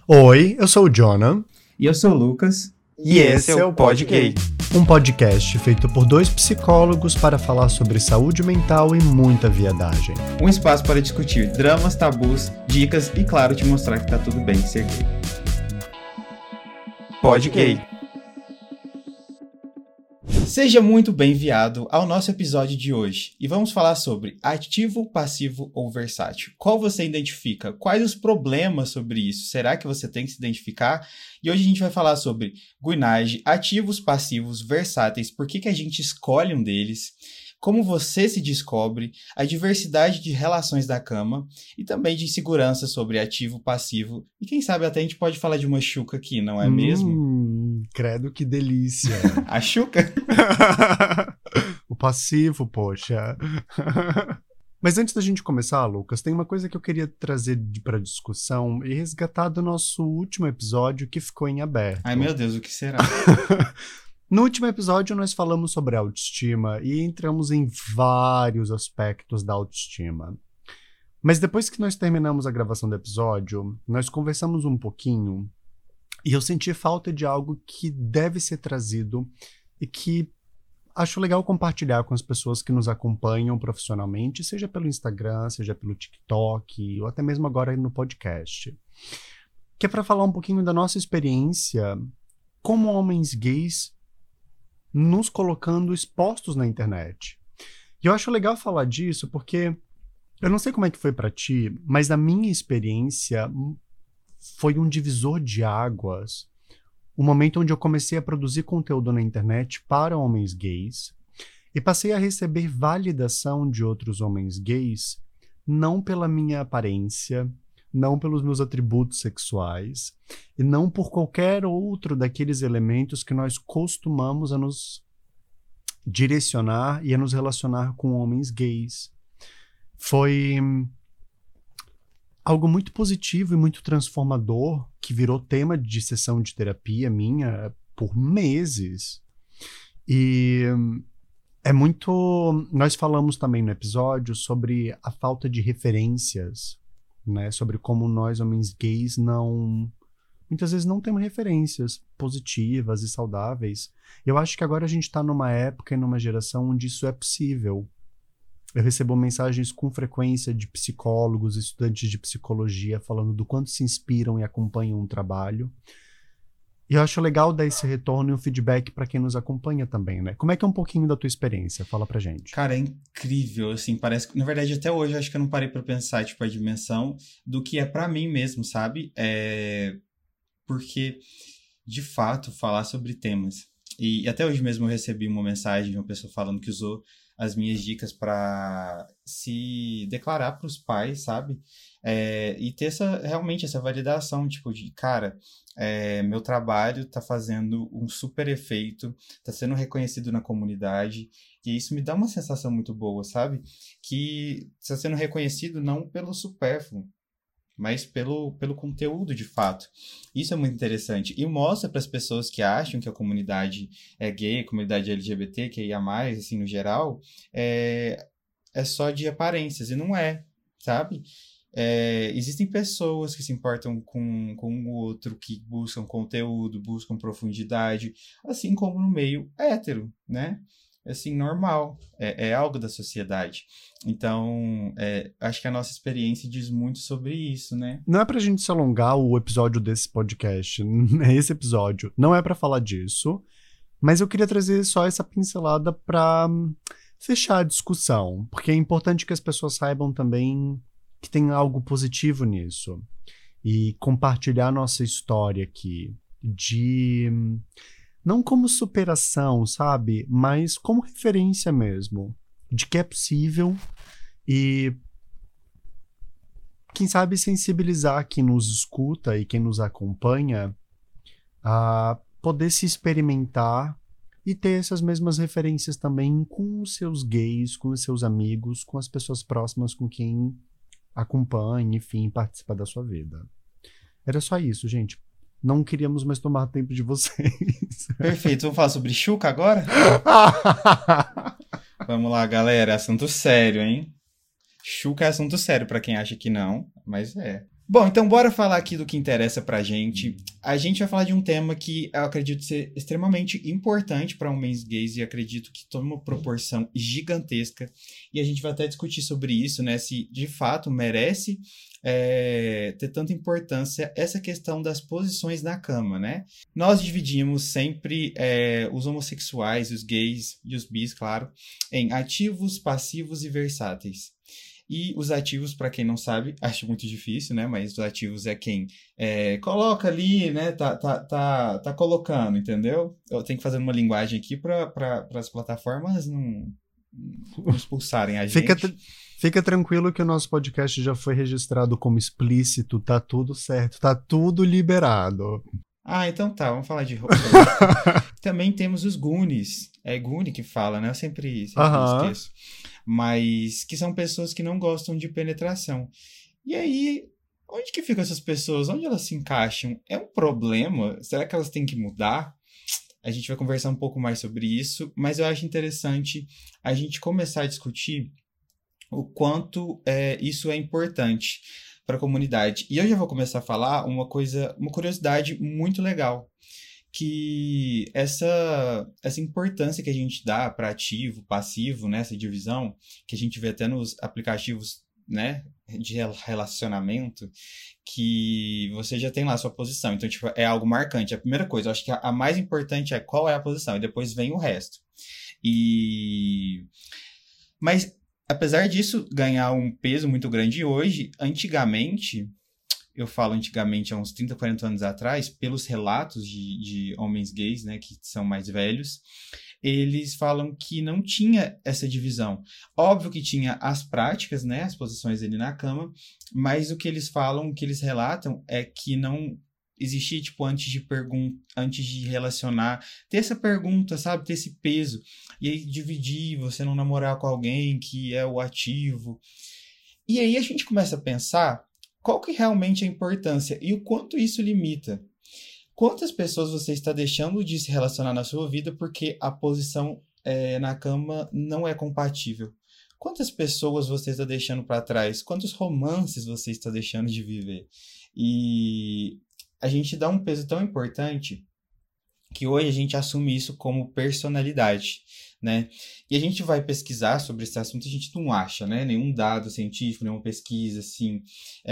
Oi, eu sou o Jonah. E eu sou o Lucas. E esse é o Pod Gay. Um podcast feito por dois psicólogos para falar sobre saúde mental e muita viadagem. Um espaço para discutir dramas, tabus, dicas e, claro, te mostrar que tá tudo bem ser gay. Pod Gay. Seja muito bem-vindo ao nosso episódio de hoje. E vamos falar sobre ativo, passivo ou versátil. Qual você identifica? Quais os problemas sobre isso? Será que você tem que se identificar? E hoje a gente vai falar sobre guinage, ativos, passivos, versáteis, por que a gente escolhe um deles, como você se descobre, a diversidade de relações da cama e também de insegurança sobre ativo, passivo. E quem sabe até a gente pode falar de uma chuca aqui, não é mesmo? Credo, que delícia. A chuca? O passivo, poxa. Mas antes da gente começar, Lucas, tem uma coisa que eu queria trazer para discussão e resgatar do nosso último episódio que ficou em aberto. Ai, meu Deus, o que será? No último episódio, nós falamos sobre autoestima e entramos em vários aspectos da autoestima. Mas depois que nós terminamos a gravação do episódio, nós conversamos um pouquinho e eu senti falta de algo que deve ser trazido e que acho legal compartilhar com as pessoas que nos acompanham profissionalmente, seja pelo Instagram, seja pelo TikTok ou até mesmo agora no podcast. Que é para falar um pouquinho da nossa experiência como homens gays nos colocando expostos na internet. E eu acho legal falar disso porque eu não sei como é que foi pra ti, mas na minha experiência foi um divisor de águas, o momento onde eu comecei a produzir conteúdo na internet para homens gays e passei a receber validação de outros homens gays, não pela minha aparência, não pelos meus atributos sexuais e não por qualquer outro daqueles elementos que nós costumamos a nos direcionar e a nos relacionar com homens gays. Foi algo muito positivo e muito transformador que virou tema de sessão de terapia minha por meses. E é muito... Nós falamos também no episódio sobre a falta de referências, né, sobre como nós, homens gays, muitas vezes não temos referências positivas e saudáveis. Eu acho que agora a gente está numa época e numa geração onde isso é possível. Eu recebo mensagens com frequência de psicólogos, estudantes de psicologia, falando do quanto se inspiram e acompanham um trabalho. E eu acho legal dar esse retorno e um feedback para quem nos acompanha também, né? Como é que é um pouquinho da tua experiência? Fala pra gente. Cara, é incrível, assim, parece que, na verdade, até hoje, eu acho que eu não parei pra pensar, tipo, a dimensão do que é pra mim mesmo, sabe? Porque, de fato, falar sobre temas. E até hoje mesmo eu recebi uma mensagem de uma pessoa falando que usou as minhas dicas pra se declarar pros pais, sabe? E ter realmente essa validação, tipo, de, cara, meu trabalho tá fazendo um super efeito, tá sendo reconhecido na comunidade, e isso me dá uma sensação muito boa, sabe? Que está sendo reconhecido não pelo supérfluo, mas pelo conteúdo de fato. Isso é muito interessante. E mostra para as pessoas que acham que a comunidade é gay, a comunidade LGBT, que ia mais, assim, no geral, é só de aparências, e não é, sabe? Existem pessoas que se importam com o outro, que buscam conteúdo, buscam profundidade, assim como no meio hétero, né? Assim, normal, é algo da sociedade. Então, acho que a nossa experiência diz muito sobre isso, né? Não é pra gente se alongar o episódio desse podcast, esse episódio não é pra falar disso, mas eu queria trazer só essa pincelada pra fechar a discussão, porque é importante que as pessoas saibam também que tem algo positivo nisso, e compartilhar nossa história aqui, não como superação, sabe? Mas como referência mesmo. De que é possível e, quem sabe, sensibilizar quem nos escuta e quem nos acompanha a poder se experimentar e ter essas mesmas referências também com os seus gays, com os seus amigos, com as pessoas próximas com quem acompanha, enfim, participa da sua vida. Era só isso, gente. Não queríamos mais tomar tempo de vocês. Perfeito. Vamos falar sobre chuca agora? Vamos lá, galera. Assunto sério, hein? Chuca é assunto sério pra quem acha que não, mas é. Bom, então bora falar aqui do que interessa pra gente. A gente vai falar de um tema que eu acredito ser extremamente importante para homens gays e acredito que toma uma proporção gigantesca. E a gente vai até discutir sobre isso, né? Se de fato merece ter tanta importância essa questão das posições na cama, né? Nós dividimos sempre os homossexuais, os gays e os bis, claro, em ativos, passivos e versáteis. E os ativos, para quem não sabe, acho muito difícil, né? Mas os ativos é quem coloca ali, né? Tá colocando, entendeu? Eu tenho que fazer uma linguagem aqui para as plataformas não expulsarem a gente. Fica tranquilo que o nosso podcast já foi registrado como explícito, tá tudo certo, tá tudo liberado. Ah, então tá, vamos falar de roupa. Também temos os Goonies. É Goonie que fala, né? Eu sempre esqueço. Mas que são pessoas que não gostam de penetração. E aí, onde que ficam essas pessoas? Onde elas se encaixam? É um problema? Será que elas têm que mudar? A gente vai conversar um pouco mais sobre isso, mas eu acho interessante a gente começar a discutir o quanto isso é importante para a comunidade. E eu já vou começar a falar uma curiosidade muito legal, que essa importância que a gente dá para ativo, passivo, né, essa divisão, que a gente vê até nos aplicativos, né, de relacionamento, que você já tem lá a sua posição. Então, tipo, é algo marcante. A primeira coisa, eu acho que a mais importante é qual é a posição, e depois vem o resto. Mas, apesar disso ganhar um peso muito grande hoje, antigamente... Eu falo antigamente, há uns 30, 40 anos atrás, pelos relatos de homens gays, né, que são mais velhos, eles falam que não tinha essa divisão. Óbvio que tinha as práticas, né, as posições ali na cama, mas o que eles falam, o que eles relatam é que não existia, tipo, antes de relacionar, ter essa pergunta, sabe, ter esse peso, e aí dividir, você não namorar com alguém que é o ativo. E aí a gente começa a pensar qual que realmente é a importância e o quanto isso limita. Quantas pessoas você está deixando de se relacionar na sua vida porque a posição na cama não é compatível? Quantas pessoas você está deixando para trás? Quantos romances você está deixando de viver? E a gente dá um peso tão importante que hoje a gente assume isso como personalidade, né? E a gente vai pesquisar sobre esse assunto e a gente não acha, né? Nenhum dado científico, nenhuma pesquisa, assim,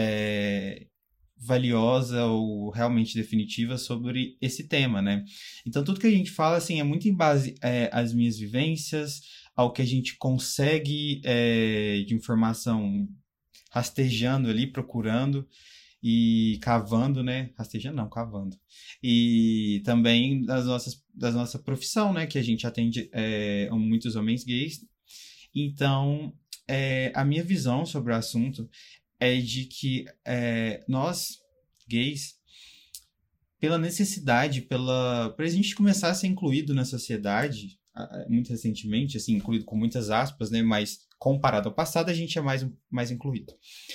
valiosa ou realmente definitiva sobre esse tema, né? Então, tudo que a gente fala, assim, é muito em base às minhas vivências, ao que a gente consegue de informação rastejando ali, procurando e cavando, né? Rastejando não, cavando. E também da nossa profissão, né? Que a gente atende muitos homens gays. Então, a minha visão sobre o assunto é de que nós, gays, pela necessidade, pra gente começar a ser incluído na sociedade, muito recentemente, assim, incluído com muitas aspas, né? Mas comparado ao passado, a gente é mais incluído.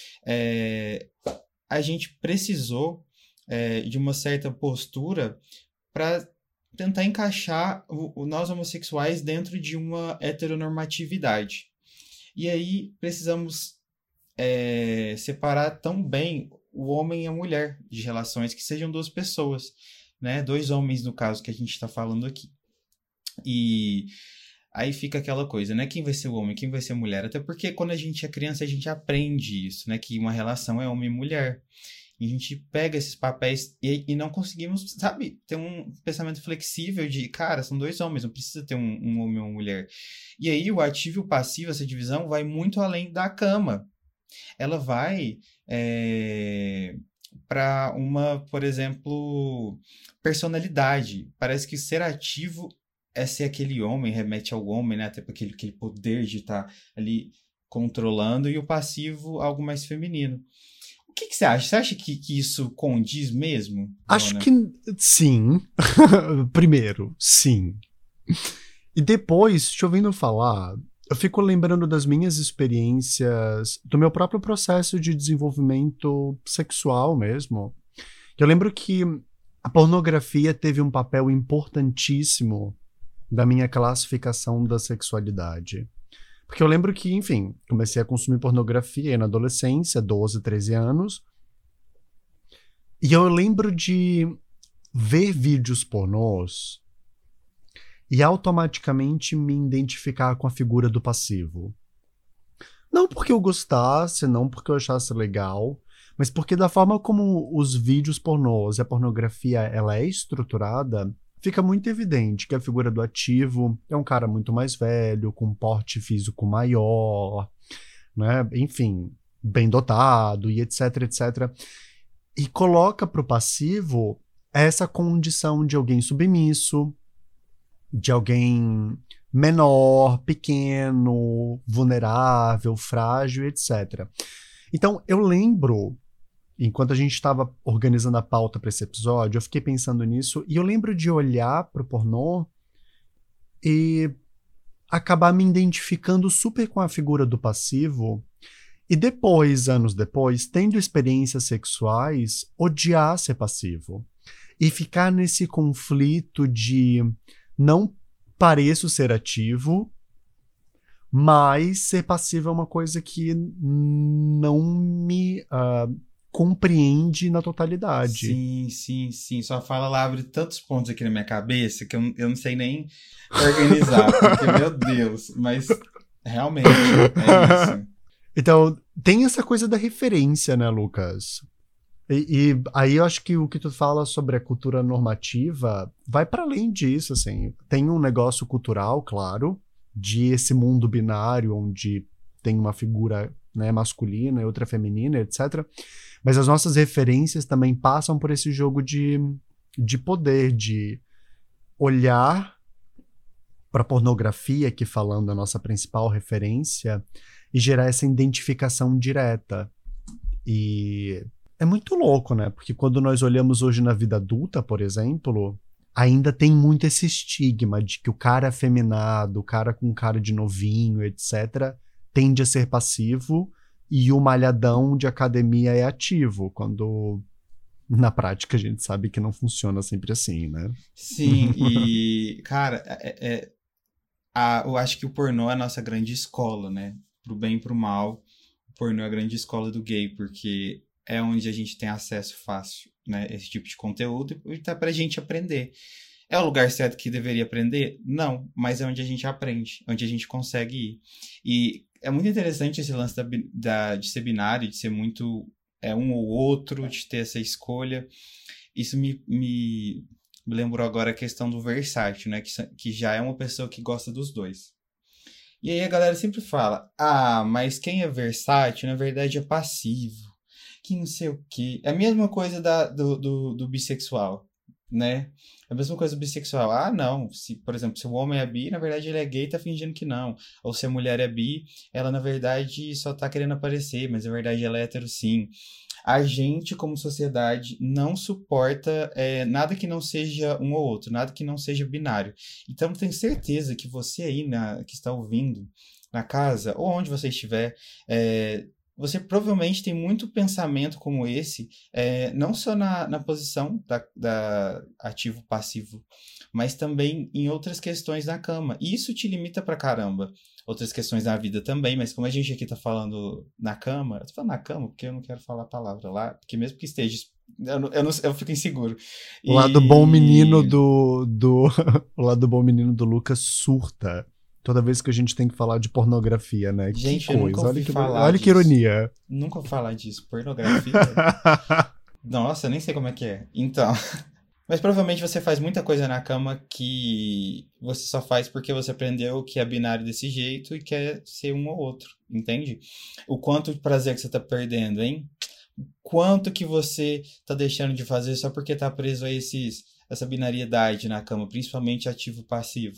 A gente precisou de uma certa postura para tentar encaixar nós homossexuais dentro de uma heteronormatividade. E aí precisamos separar tão bem o homem e a mulher de relações que sejam duas pessoas, né? Dois homens, no caso, que a gente está falando aqui. E aí fica aquela coisa, né? Quem vai ser o homem, quem vai ser a mulher? Até porque quando a gente é criança, a gente aprende isso, né? Que uma relação é homem e mulher. E a gente pega esses papéis e não conseguimos, sabe, ter um pensamento flexível de, cara, são dois homens, não precisa ter um homem ou uma mulher. E aí o ativo e o passivo, essa divisão, vai muito além da cama. Ela vai para uma, por exemplo, personalidade. Parece que ser ativo é ser aquele homem, remete ao homem, né? Até para aquele poder de estar ali controlando, e o passivo, algo mais feminino. O que você acha? Você acha que isso condiz mesmo? Acho que sim. Primeiro, sim. E depois, te ouvindo falar, eu fico lembrando das minhas experiências, do meu próprio processo de desenvolvimento sexual mesmo. Eu lembro que a pornografia teve um papel importantíssimo da minha classificação da sexualidade. Porque eu lembro que, enfim, comecei a consumir pornografia na adolescência, 12, 13 anos, E eu lembro de ver vídeos pornôs e automaticamente me identificar com a figura do passivo. Não porque eu gostasse, não porque eu achasse legal, mas porque da forma como os vídeos pornôs e a pornografia ela é estruturada, fica muito evidente que a figura do ativo é um cara muito mais velho, com um porte físico maior, né? Enfim, bem dotado e etc, etc. E coloca para o passivo essa condição de alguém submisso, de alguém menor, pequeno, vulnerável, frágil, etc. Então, eu lembro, enquanto a gente estava organizando a pauta para esse episódio, eu fiquei pensando nisso, e eu lembro de olhar pro pornô e acabar me identificando super com a figura do passivo, e depois, anos depois, tendo experiências sexuais, odiar ser passivo. E ficar nesse conflito de não pareço ser ativo, mas ser passivo é uma coisa que não me compreende na totalidade. Sim. Sua fala lá abre tantos pontos aqui na minha cabeça que eu não sei nem organizar, porque, meu Deus, mas realmente é isso. Então, tem essa coisa da referência, né, Lucas? E aí eu acho que o que tu fala sobre a cultura normativa vai para além disso, assim. Tem um negócio cultural, claro, de esse mundo binário onde tem uma figura, né, masculina e outra feminina, etc. Mas as nossas referências também passam por esse jogo de poder, de olhar para pornografia, que falando a nossa principal referência, e gerar essa identificação direta. E é muito louco, né? Porque quando nós olhamos hoje na vida adulta, por exemplo, ainda tem muito esse estigma de que o cara afeminado, o cara com cara de novinho, etc., tende a ser passivo e o malhadão de academia é ativo, quando na prática a gente sabe que não funciona sempre assim, né? Sim, e, cara, eu acho que o pornô é a nossa grande escola, né? Pro bem e pro mal, o pornô é a grande escola do gay, porque é onde a gente tem acesso fácil, né? Esse tipo de conteúdo, e tá pra gente aprender. É o lugar certo que deveria aprender? Não, mas é onde a gente aprende, onde a gente consegue ir. E é muito interessante esse lance de ser binário, de ser muito um ou outro, de ter essa escolha. Isso me lembrou agora a questão do versátil, né? Que já é uma pessoa que gosta dos dois. E aí a galera sempre fala, mas quem é versátil, na verdade, é passivo, que não sei o quê. É a mesma coisa do bissexual, né? É a mesma coisa do bissexual. Não, por exemplo, se o homem é bi, na verdade ele é gay e tá fingindo que não. Ou se a mulher é bi, ela na verdade só tá querendo aparecer, mas na verdade ela é hétero sim. A gente, como sociedade, não suporta nada que não seja um ou outro, nada que não seja binário. Então, tenho certeza que você aí que está ouvindo na casa, ou onde você estiver, você provavelmente tem muito pensamento como esse, não só na posição da ativo-passivo, mas também em outras questões na cama. E isso te limita pra caramba. Outras questões na vida também, mas como a gente aqui tá falando na cama, eu tô falando na cama porque eu não quero falar a palavra lá, porque mesmo que esteja, eu fico inseguro. O lado bom menino o lado bom menino do Lucas surta toda vez que a gente tem que falar de pornografia, né? Gente, que eu coisa. nunca ouvi falar olha disso. Que ironia. Nunca ouvi falar disso. Pornografia? Nossa, eu nem sei como é que é. Então... Mas provavelmente você faz muita coisa na cama que você só faz porque você aprendeu que é binário desse jeito e quer ser um ou outro, entende? O quanto de prazer que você tá perdendo, hein? O quanto que você tá deixando de fazer só porque tá preso a essa binariedade na cama, principalmente ativo-passivo.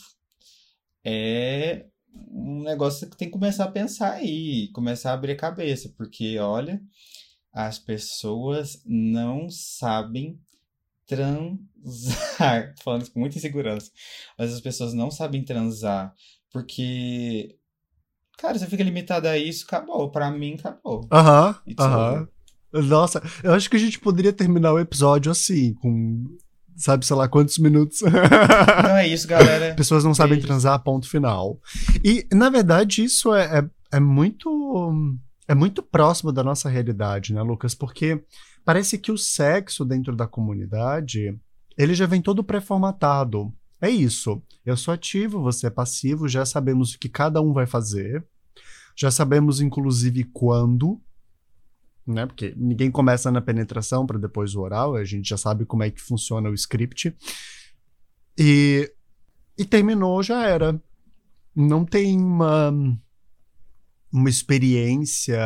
É um negócio que tem que começar a pensar aí, começar a abrir a cabeça, porque, olha, as pessoas não sabem transar, tô falando isso com muita insegurança, mas as pessoas não sabem transar, porque, cara, você fica limitado a isso, acabou, pra mim acabou. Nossa, eu acho que a gente poderia terminar o episódio assim, com, sabe, sei lá quantos minutos. Então é isso, galera. Pessoas não sabem transar, ponto final. E, na verdade, isso é muito próximo da nossa realidade, né, Lucas? Porque Parece que o sexo dentro da comunidade, ele já vem todo pré-formatado. É isso. Eu sou ativo, você é passivo, já sabemos o que cada um vai fazer. Já sabemos, inclusive, quando, né? Porque ninguém começa na penetração para depois o oral, a gente já sabe como é que funciona o script. E terminou, já era. Não tem uma experiência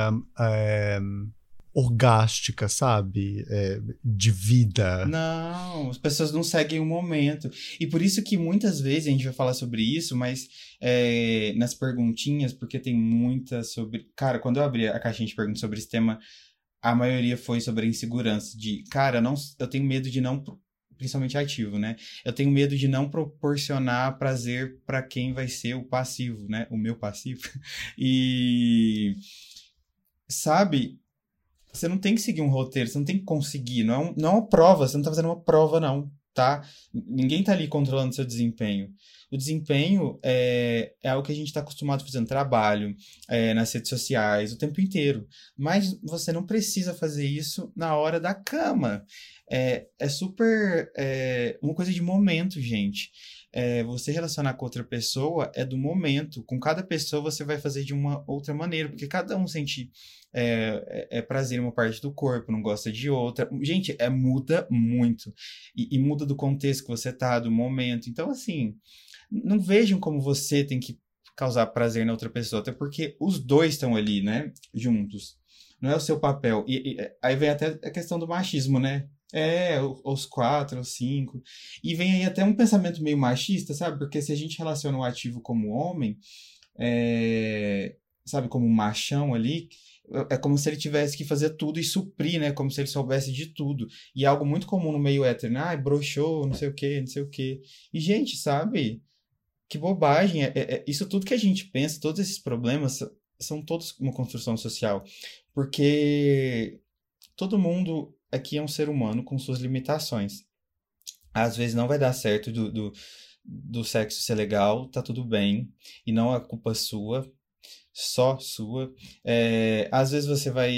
orgástica, sabe? De vida. Não, as pessoas não seguem o momento. E por isso que muitas vezes a gente vai falar sobre isso, mas nas perguntinhas, porque tem muitas sobre... Cara, quando eu abri a caixinha de perguntas sobre esse tema, a maioria foi sobre a insegurança. Cara, eu tenho medo de não... Principalmente ativo, né? Eu tenho medo de não proporcionar prazer para quem vai ser o passivo, né? O meu passivo. E... Sabe... Você não tem que seguir um roteiro, você não tem que conseguir. Não é uma prova, você não tá fazendo uma prova, não, tá? Ninguém tá ali controlando seu desempenho. O desempenho é algo que a gente tá acostumado a fazer no trabalho, nas redes sociais, o tempo inteiro. Mas você não precisa fazer isso na hora da cama. É super... uma coisa de momento, gente. Você relacionar com outra pessoa é do momento. Com cada pessoa você vai fazer de uma outra maneira, porque cada um sente prazer em uma parte do corpo, não gosta de outra. Gente, muda muito. E muda do contexto que você tá, do momento. Então, assim, não vejam como você tem que causar prazer na outra pessoa, até porque os dois estão ali, né, juntos. Não é o seu papel. E aí vem até a questão do machismo, né? Os 4, os 5. E vem aí até um pensamento meio machista, sabe? Porque se a gente relaciona o ativo como homem, sabe, como um machão ali, é como se ele tivesse que fazer tudo e suprir, né? Como se ele soubesse de tudo. E é algo muito comum no meio hétero, né? Broxou, não sei o quê, não sei o quê. E, gente, sabe? Que bobagem. Isso tudo que a gente pensa, todos esses problemas, são todos uma construção social. Porque todo mundo aqui é um ser humano com suas limitações. Às vezes não vai dar certo do sexo ser legal, tá tudo bem. E não é culpa sua, só sua. Às vezes você vai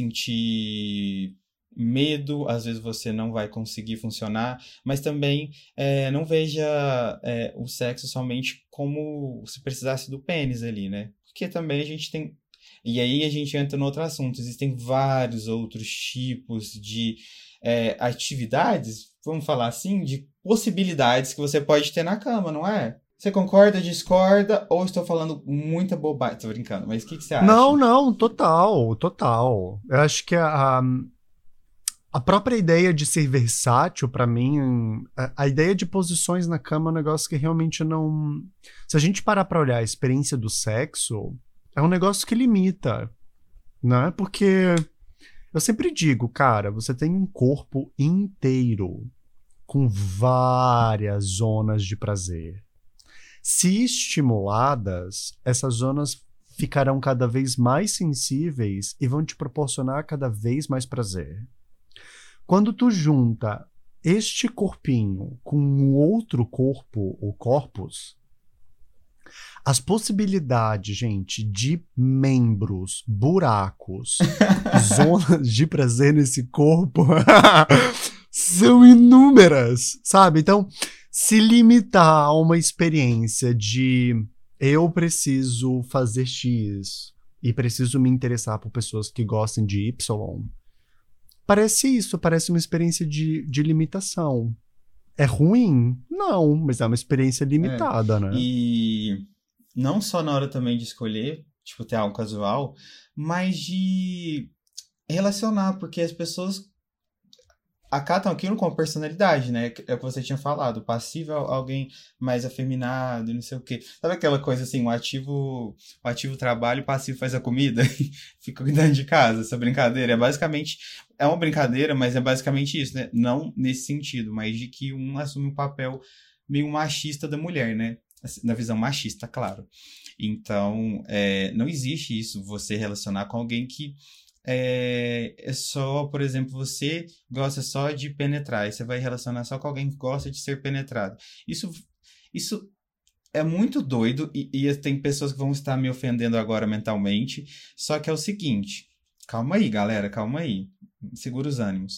sentir medo, às vezes você não vai conseguir funcionar, mas também não veja o sexo somente como se precisasse do pênis ali, né? Porque também a gente tem... E aí a gente entra no outro assunto. Existem vários outros tipos de atividades, vamos falar assim, de possibilidades que você pode ter na cama, não é? Você concorda, discorda, ou estou falando muita bobagem? Tô brincando, mas o que você acha? Não, total. Eu acho que a própria ideia de ser versátil, pra mim, a ideia de posições na cama é um negócio que realmente não... Se a gente parar pra olhar a experiência do sexo, é um negócio que limita, né? Porque eu sempre digo, cara, você tem um corpo inteiro com várias zonas de prazer. Se estimuladas, essas zonas ficarão cada vez mais sensíveis e vão te proporcionar cada vez mais prazer. Quando tu junta este corpinho com um outro corpo, ou corpus, as possibilidades, gente, de membros, buracos, zonas de prazer nesse corpo são inúmeras, sabe? Então, se limitar a uma experiência de eu preciso fazer X e preciso me interessar por pessoas que gostem de Y, parece isso, parece uma experiência de limitação. É ruim? Não, mas é uma experiência limitada, né? E não só na hora também de escolher, tipo, ter algo casual, mas de relacionar, porque as pessoas acatam aquilo com a personalidade, né? É o que você tinha falado, o passivo é alguém mais afeminado, não sei o quê. Sabe aquela coisa assim, o ativo trabalha e o passivo faz a comida? Fica cuidando de casa, essa brincadeira. É uma brincadeira, mas é basicamente isso, né? Não nesse sentido, mas de que um assume um papel meio machista da mulher, né? Na visão machista, claro. Então, não existe isso, você relacionar com alguém que é só, por exemplo, você gosta só de penetrar, e você vai relacionar só com alguém que gosta de ser penetrado. Isso é muito doido, e tem pessoas que vão estar me ofendendo agora mentalmente, só que é o seguinte, calma aí, galera, calma aí. segura os ânimos.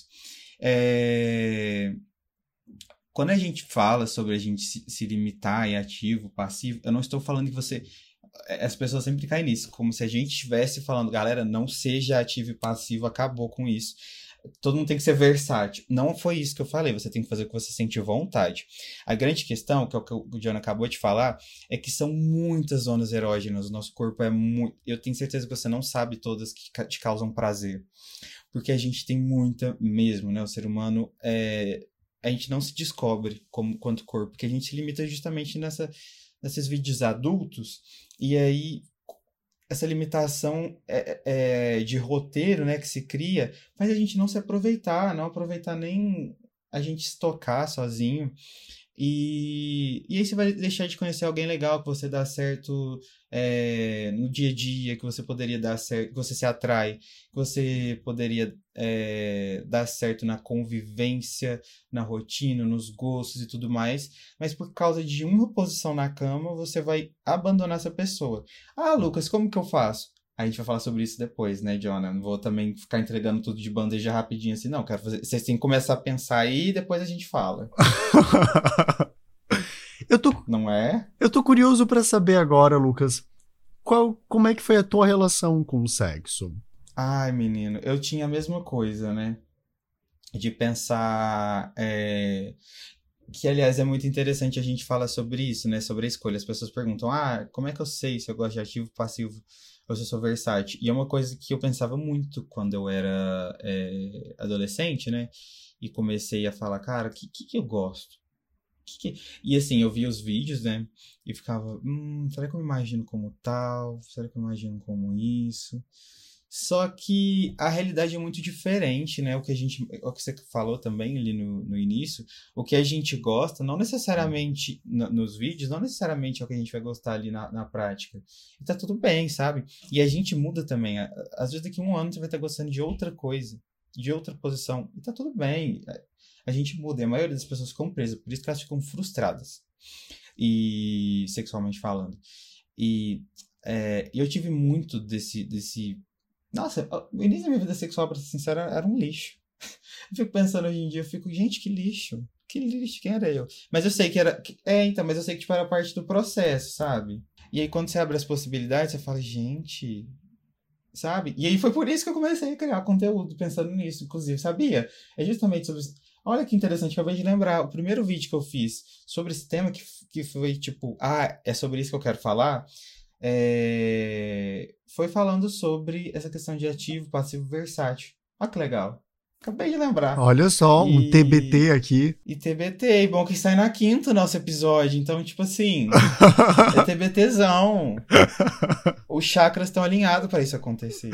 Quando a gente fala sobre a gente se limitar em ativo, passivo, eu não estou falando que você... As pessoas sempre caem nisso, como se a gente estivesse falando, galera, não seja ativo e passivo, acabou com isso. Todo mundo tem que ser versátil. Não foi isso que eu falei, você tem que fazer o que você sente vontade. A grande questão, que é o que o John acabou de falar, é que são muitas zonas erógenas, o nosso corpo é muito... Eu tenho certeza que você não sabe todas que te causam prazer, porque a gente tem muita mesmo, né? O ser humano a gente não se descobre quanto corpo, porque a gente se limita justamente nesses vídeos adultos, e aí essa limitação de roteiro, né, que se cria, faz a gente não se aproveitar, não aproveitar nem a gente se tocar sozinho. E aí você vai deixar de conhecer alguém legal, que você dá certo no dia a dia, que você poderia dar certo, que você se atrai, que você poderia dar certo na convivência, na rotina, nos gostos e tudo mais, mas por causa de uma posição na cama, você vai abandonar essa pessoa. Ah, Lucas, como que eu faço? A gente vai falar sobre isso depois, né, Jonah? Não vou também ficar entregando tudo de bandeja rapidinho assim, não. Quero fazer... Vocês têm que começar a pensar aí e depois a gente fala. Não é? Eu tô curioso pra saber agora, Lucas, como é que foi a tua relação com o sexo? Ai, menino, eu tinha a mesma coisa, né? De pensar... Que, aliás, é muito interessante a gente falar sobre isso, né? Sobre a escolha. As pessoas perguntam, como é que eu sei se eu gosto de ativo, passivo, ou se eu sou versátil? E é uma coisa que eu pensava muito quando eu era adolescente, né? E comecei a falar, cara, o que eu gosto? E assim, eu via os vídeos, né? E ficava, será que eu me imagino como tal? Será que eu me imagino como isso? Só que a realidade é muito diferente, né? O que você falou também ali no início, o que a gente gosta, não necessariamente nos vídeos, não necessariamente é o que a gente vai gostar ali na prática. E tá tudo bem, sabe? E a gente muda também. Às vezes daqui a um ano você vai estar gostando de outra coisa, de outra posição. E tá tudo bem. A gente muda. E a maioria das pessoas ficam presas, por isso que elas ficam frustradas. E sexualmente falando. E eu tive muito desse... Nossa, o início da minha vida sexual, pra ser sincero, era um lixo. Eu fico pensando hoje em dia, gente, que lixo. Que lixo, quem era eu? Mas eu sei que era... mas eu sei que tipo, era parte do processo, sabe? E aí quando você abre as possibilidades, você fala, gente... Sabe? E aí foi por isso que eu comecei a criar conteúdo, pensando nisso, inclusive, sabia? É justamente sobre... Olha que interessante, acabei de lembrar. O primeiro vídeo que eu fiz sobre esse tema, que foi tipo... é sobre isso que eu quero falar... foi falando sobre essa questão de ativo, passivo, versátil. Olha que legal. Acabei de lembrar. Olha só, um TBT aqui. E TBT, bom que sai na quinta o nosso episódio. Então, tipo assim, é TBTzão. Os chakras estão alinhados para isso acontecer.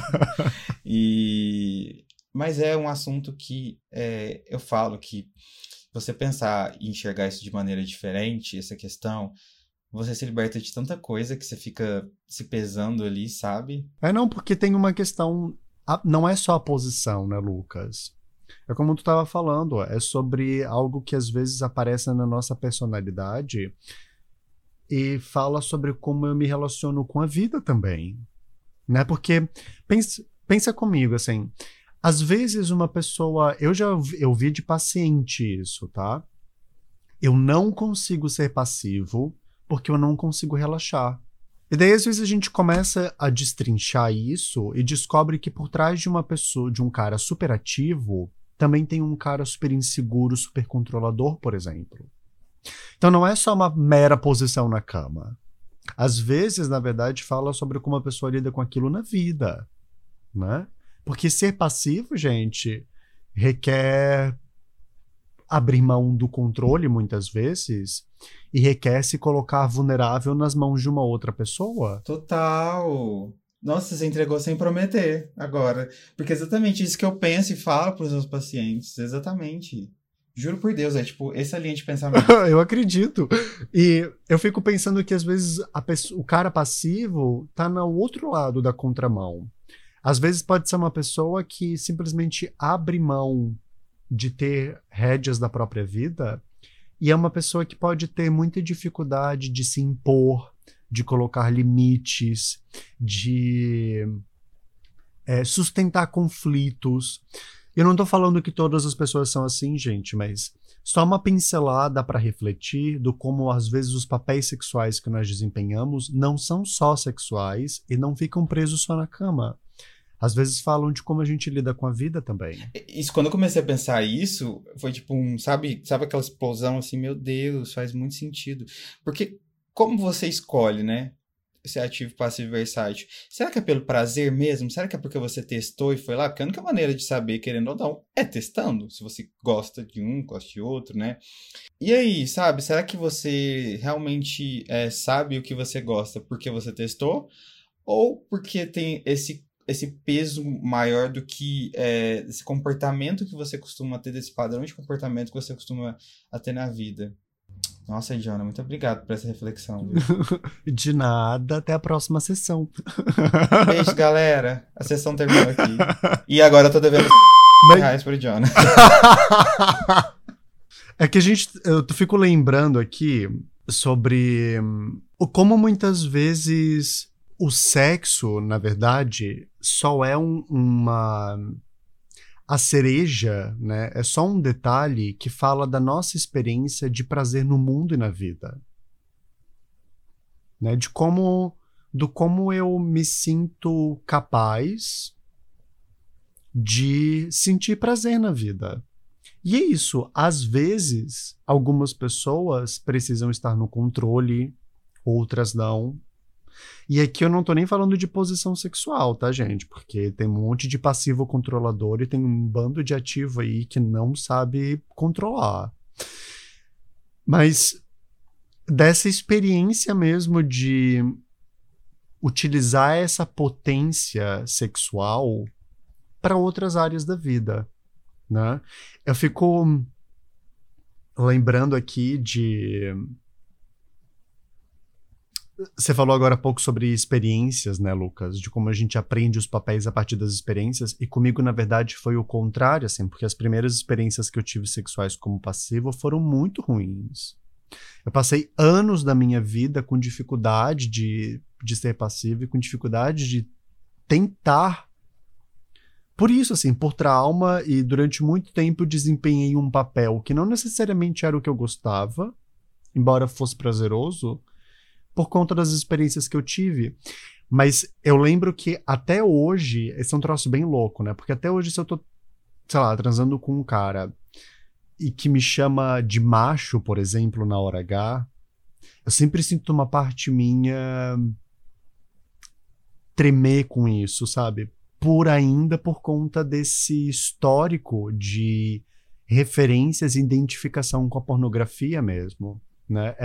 Mas é um assunto que eu falo que você pensar e enxergar isso de maneira diferente, essa questão... Você se liberta de tanta coisa que você fica se pesando ali, sabe? Não, porque tem uma questão... Não é só a posição, né, Lucas? É como tu estava falando, é sobre algo que às vezes aparece na nossa personalidade e fala sobre como eu me relaciono com a vida também, né? Porque, pensa comigo, assim, às vezes uma pessoa... Eu vi de paciente isso, tá? Eu não consigo ser passivo porque eu não consigo relaxar. E daí, às vezes, a gente começa a destrinchar isso e descobre que por trás de uma pessoa, de um cara super ativo, também tem um cara super inseguro, super controlador, por exemplo. Então não é só uma mera posição na cama. Às vezes, na verdade, fala sobre como a pessoa lida com aquilo na vida, né? Porque ser passivo, gente, requer abrir mão do controle, muitas vezes, e requer se colocar vulnerável nas mãos de uma outra pessoa. Total! Nossa, você entregou sem prometer agora. Porque é exatamente isso que eu penso e falo para os meus pacientes. Exatamente. Juro por Deus, é tipo, essa linha de pensamento. Eu acredito. E eu fico pensando que às vezes o cara passivo tá no outro lado da contramão. Às vezes pode ser uma pessoa que simplesmente abre mão de ter rédeas da própria vida, e é uma pessoa que pode ter muita dificuldade de se impor, de colocar limites, de sustentar conflitos. Eu não tô falando que todas as pessoas são assim, gente, mas só uma pincelada para refletir do como às vezes os papéis sexuais que nós desempenhamos não são só sexuais e não ficam presos só na cama. Às vezes falam de como a gente lida com a vida também. Isso, quando eu comecei a pensar isso, foi tipo sabe aquela explosão assim, meu Deus, faz muito sentido. Porque como você escolhe, né? Ser ativo, passivo e versátil. Será que é pelo prazer mesmo? Será que é porque você testou e foi lá? Porque a única maneira de saber, querendo ou não, é testando. Se você gosta de um, gosta de outro, né? E aí, sabe? Será que você realmente sabe o que você gosta porque você testou? Ou porque tem esse peso maior do que esse comportamento que você costuma ter, desse padrão de comportamento que você costuma ter na vida? Nossa, Jona, muito obrigado por essa reflexão, viu? De nada, até a próxima sessão. Beijo, galera. A sessão terminou aqui. E agora eu tô devendo reais pro Jona. É que eu fico lembrando aqui sobre como muitas vezes o sexo, na verdade, só é a cereja, né? É só um detalhe que fala da nossa experiência de prazer no mundo e na vida. Né? Do como eu me sinto capaz de sentir prazer na vida. E é isso. Às vezes, algumas pessoas precisam estar no controle, outras não. E aqui eu não tô nem falando de posição sexual, tá, gente? Porque tem um monte de passivo controlador e tem um bando de ativo aí que não sabe controlar. Mas dessa experiência mesmo de utilizar essa potência sexual para outras áreas da vida, né? Eu fico lembrando aqui de... Você falou agora há pouco sobre experiências, né, Lucas? De como a gente aprende os papéis a partir das experiências. E comigo, na verdade, foi o contrário, assim, porque as primeiras experiências que eu tive sexuais como passivo foram muito ruins. Eu passei anos da minha vida com dificuldade de ser passivo e com dificuldade de tentar. Por isso, assim, por trauma, e durante muito tempo eu desempenhei um papel que não necessariamente era o que eu gostava, embora fosse prazeroso, por conta das experiências que eu tive. Mas eu lembro que até hoje, esse é um troço bem louco, né? Porque até hoje, se eu tô, sei lá, transando com um cara e que me chama de macho, por exemplo, na hora H, eu sempre sinto uma parte minha tremer com isso, sabe? Por conta desse histórico de referências e identificação com a pornografia mesmo, né?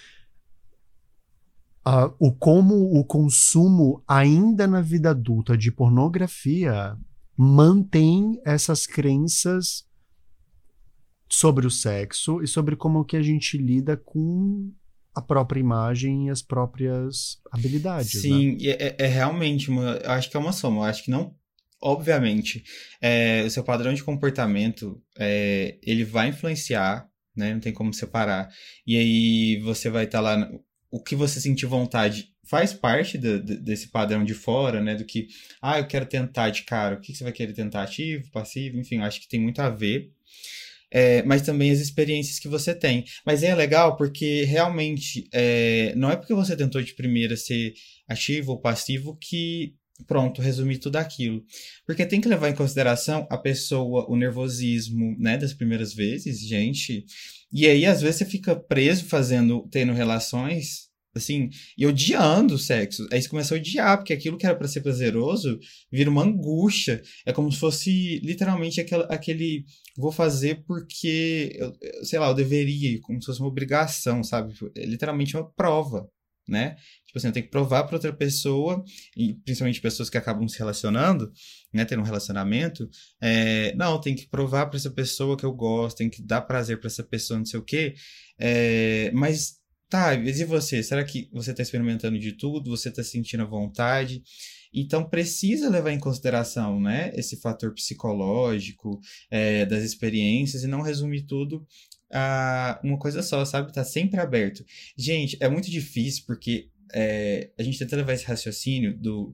Como o consumo, ainda na vida adulta, de pornografia mantém essas crenças sobre o sexo e sobre como que a gente lida com a própria imagem e as próprias habilidades. Sim, né? é realmente eu acho que é uma soma. Eu acho que não, obviamente, o seu padrão de comportamento, ele vai influenciar, né? Não tem como separar. E aí você vai estar lá... O que você sentir vontade faz parte desse padrão de fora, né? Do que, eu quero tentar de cara. O que você vai querer tentar? Ativo, passivo? Enfim, acho que tem muito a ver. Mas também as experiências que você tem. Mas é legal porque realmente não é porque você tentou de primeira ser ativo ou passivo que, pronto, resumir tudo aquilo. Porque tem que levar em consideração a pessoa, o nervosismo, né? Das primeiras vezes, gente... E aí, às vezes, você fica preso tendo relações, assim, e odiando o sexo. Aí você começa a odiar, porque aquilo que era pra ser prazeroso vira uma angústia. É como se fosse, literalmente, aquele vou fazer porque, sei lá, eu deveria, como se fosse uma obrigação, sabe? É literalmente uma prova, né? Tipo assim, eu tenho que provar pra outra pessoa, e principalmente pessoas que acabam se relacionando, né, tendo um relacionamento, não, tem que provar pra essa pessoa que eu gosto, tem que dar prazer pra essa pessoa, não sei o quê, mas tá, e você? Será que você tá experimentando de tudo? Você tá sentindo a vontade? Então precisa levar em consideração, né, esse fator psicológico, das experiências, e não resumir tudo a uma coisa só, sabe? Tá sempre aberto. Gente, é muito difícil porque a gente tenta levar esse raciocínio do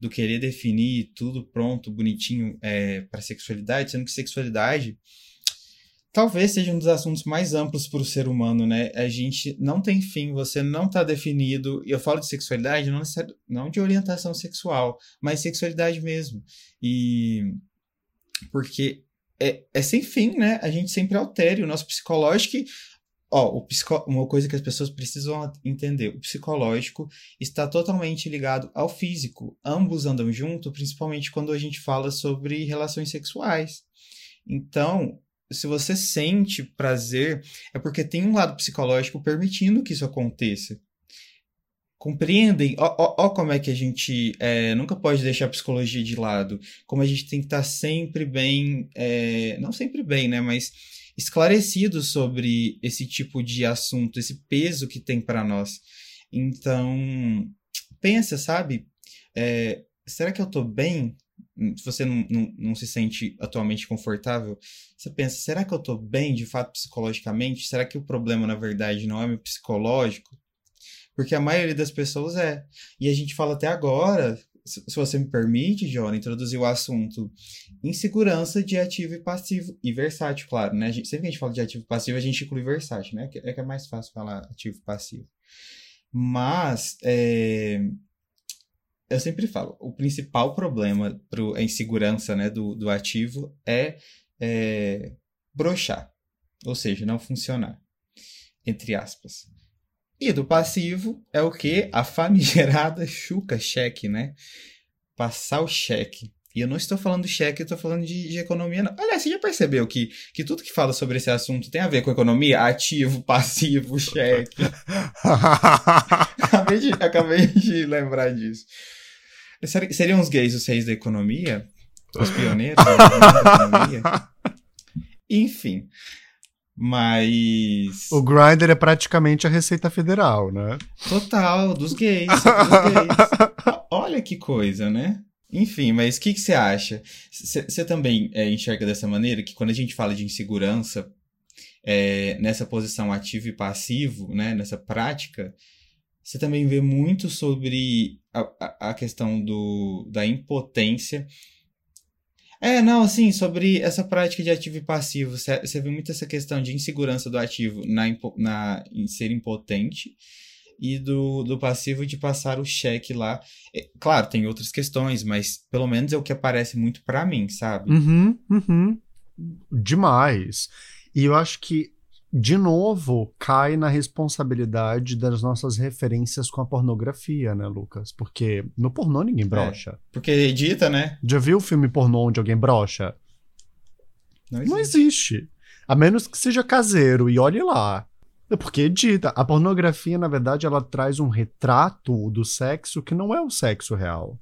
do querer definir tudo pronto, bonitinho para sexualidade, sendo que sexualidade talvez seja um dos assuntos mais amplos para o ser humano, né? A gente não tem fim, você não está definido. E eu falo de sexualidade não de orientação sexual, mas sexualidade mesmo. E porque é sem fim, né? A gente sempre altera e o nosso psicológico. Uma coisa que as pessoas precisam entender: o psicológico está totalmente ligado ao físico. Ambos andam junto, principalmente quando a gente fala sobre relações sexuais. Então, se você sente prazer, é porque tem um lado psicológico permitindo que isso aconteça. Compreendem? Ó como é que a gente nunca pode deixar a psicologia de lado. Como a gente tem que estar sempre bem, não sempre bem, né? Mas esclarecido sobre esse tipo de assunto, esse peso que tem para nós. Então, pensa, sabe? Será que eu tô bem? Se você não se sente atualmente confortável, você pensa, será que eu tô bem, de fato, psicologicamente? Será que o problema, na verdade, não é meu psicológico? Porque a maioria das pessoas é. E a gente fala até agora, se você me permite, Jona, introduzir o assunto insegurança de ativo e passivo. E versátil, claro, né? Sempre que a gente fala de ativo e passivo, a gente inclui versátil, né? Que é mais fácil falar ativo e passivo. Mas, eu sempre falo, o principal problema para a insegurança, né, do ativo é broxar, ou seja, não funcionar, entre aspas. E do passivo é o quê? A famigerada chuca, cheque, né? Passar o cheque. E eu não estou falando de cheque, eu estou falando de economia, não. Aliás, você já percebeu que tudo que fala sobre esse assunto tem a ver com economia? Ativo, passivo, cheque. Acabei de lembrar disso. Seriam os gays os reis da economia? Os pioneiros da economia? Enfim. Mas... O Grindr é praticamente a Receita Federal, né? Total, dos gays. Olha que coisa, né? Enfim, mas o que você acha? Você também enxerga dessa maneira? Que quando a gente fala de insegurança, nessa posição ativo e passivo, né? Nessa prática, você também vê muito sobre a questão da impotência. Sobre essa prática de ativo e passivo. Você vê muito essa questão de insegurança do ativo em ser impotente e do passivo de passar o cheque lá. Claro, tem outras questões, mas pelo menos é o que aparece muito pra mim, sabe? Demais. E eu acho que, de novo, cai na responsabilidade das nossas referências com a pornografia, né, Lucas? Porque no pornô ninguém brocha. Porque edita, né? Já viu o filme pornô onde alguém brocha? Não existe. A menos que seja caseiro, e olhe lá. É porque edita. A pornografia, na verdade, ela traz um retrato do sexo que não é o sexo real.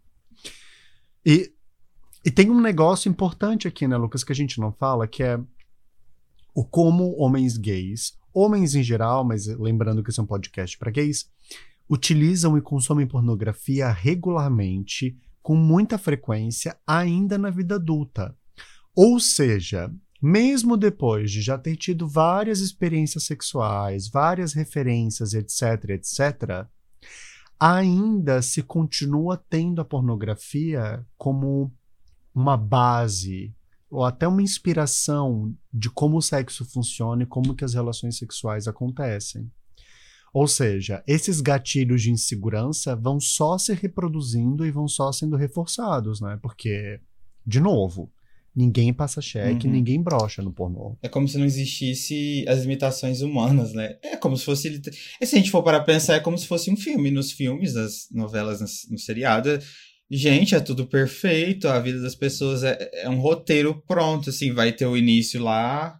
E tem um negócio importante aqui, né, Lucas, que a gente não fala, que é o como homens gays, homens em geral, mas lembrando que esse é um podcast para gays, utilizam e consomem pornografia regularmente, com muita frequência, ainda na vida adulta. Ou seja, mesmo depois de já ter tido várias experiências sexuais, várias referências, etc., etc., ainda se continua tendo a pornografia como uma base ou até uma inspiração de como o sexo funciona e como que as relações sexuais acontecem. Ou seja, esses gatilhos de insegurança vão só se reproduzindo e vão só sendo reforçados, né? Porque, de novo, ninguém passa cheque, ninguém brocha no pornô. É como se não existisse as limitações humanas, né? É como se fosse... E se a gente for para pensar, é como se fosse um filme. Nos filmes, nas novelas, no seriado... Gente, é tudo perfeito, a vida das pessoas é um roteiro pronto, assim, vai ter o início lá.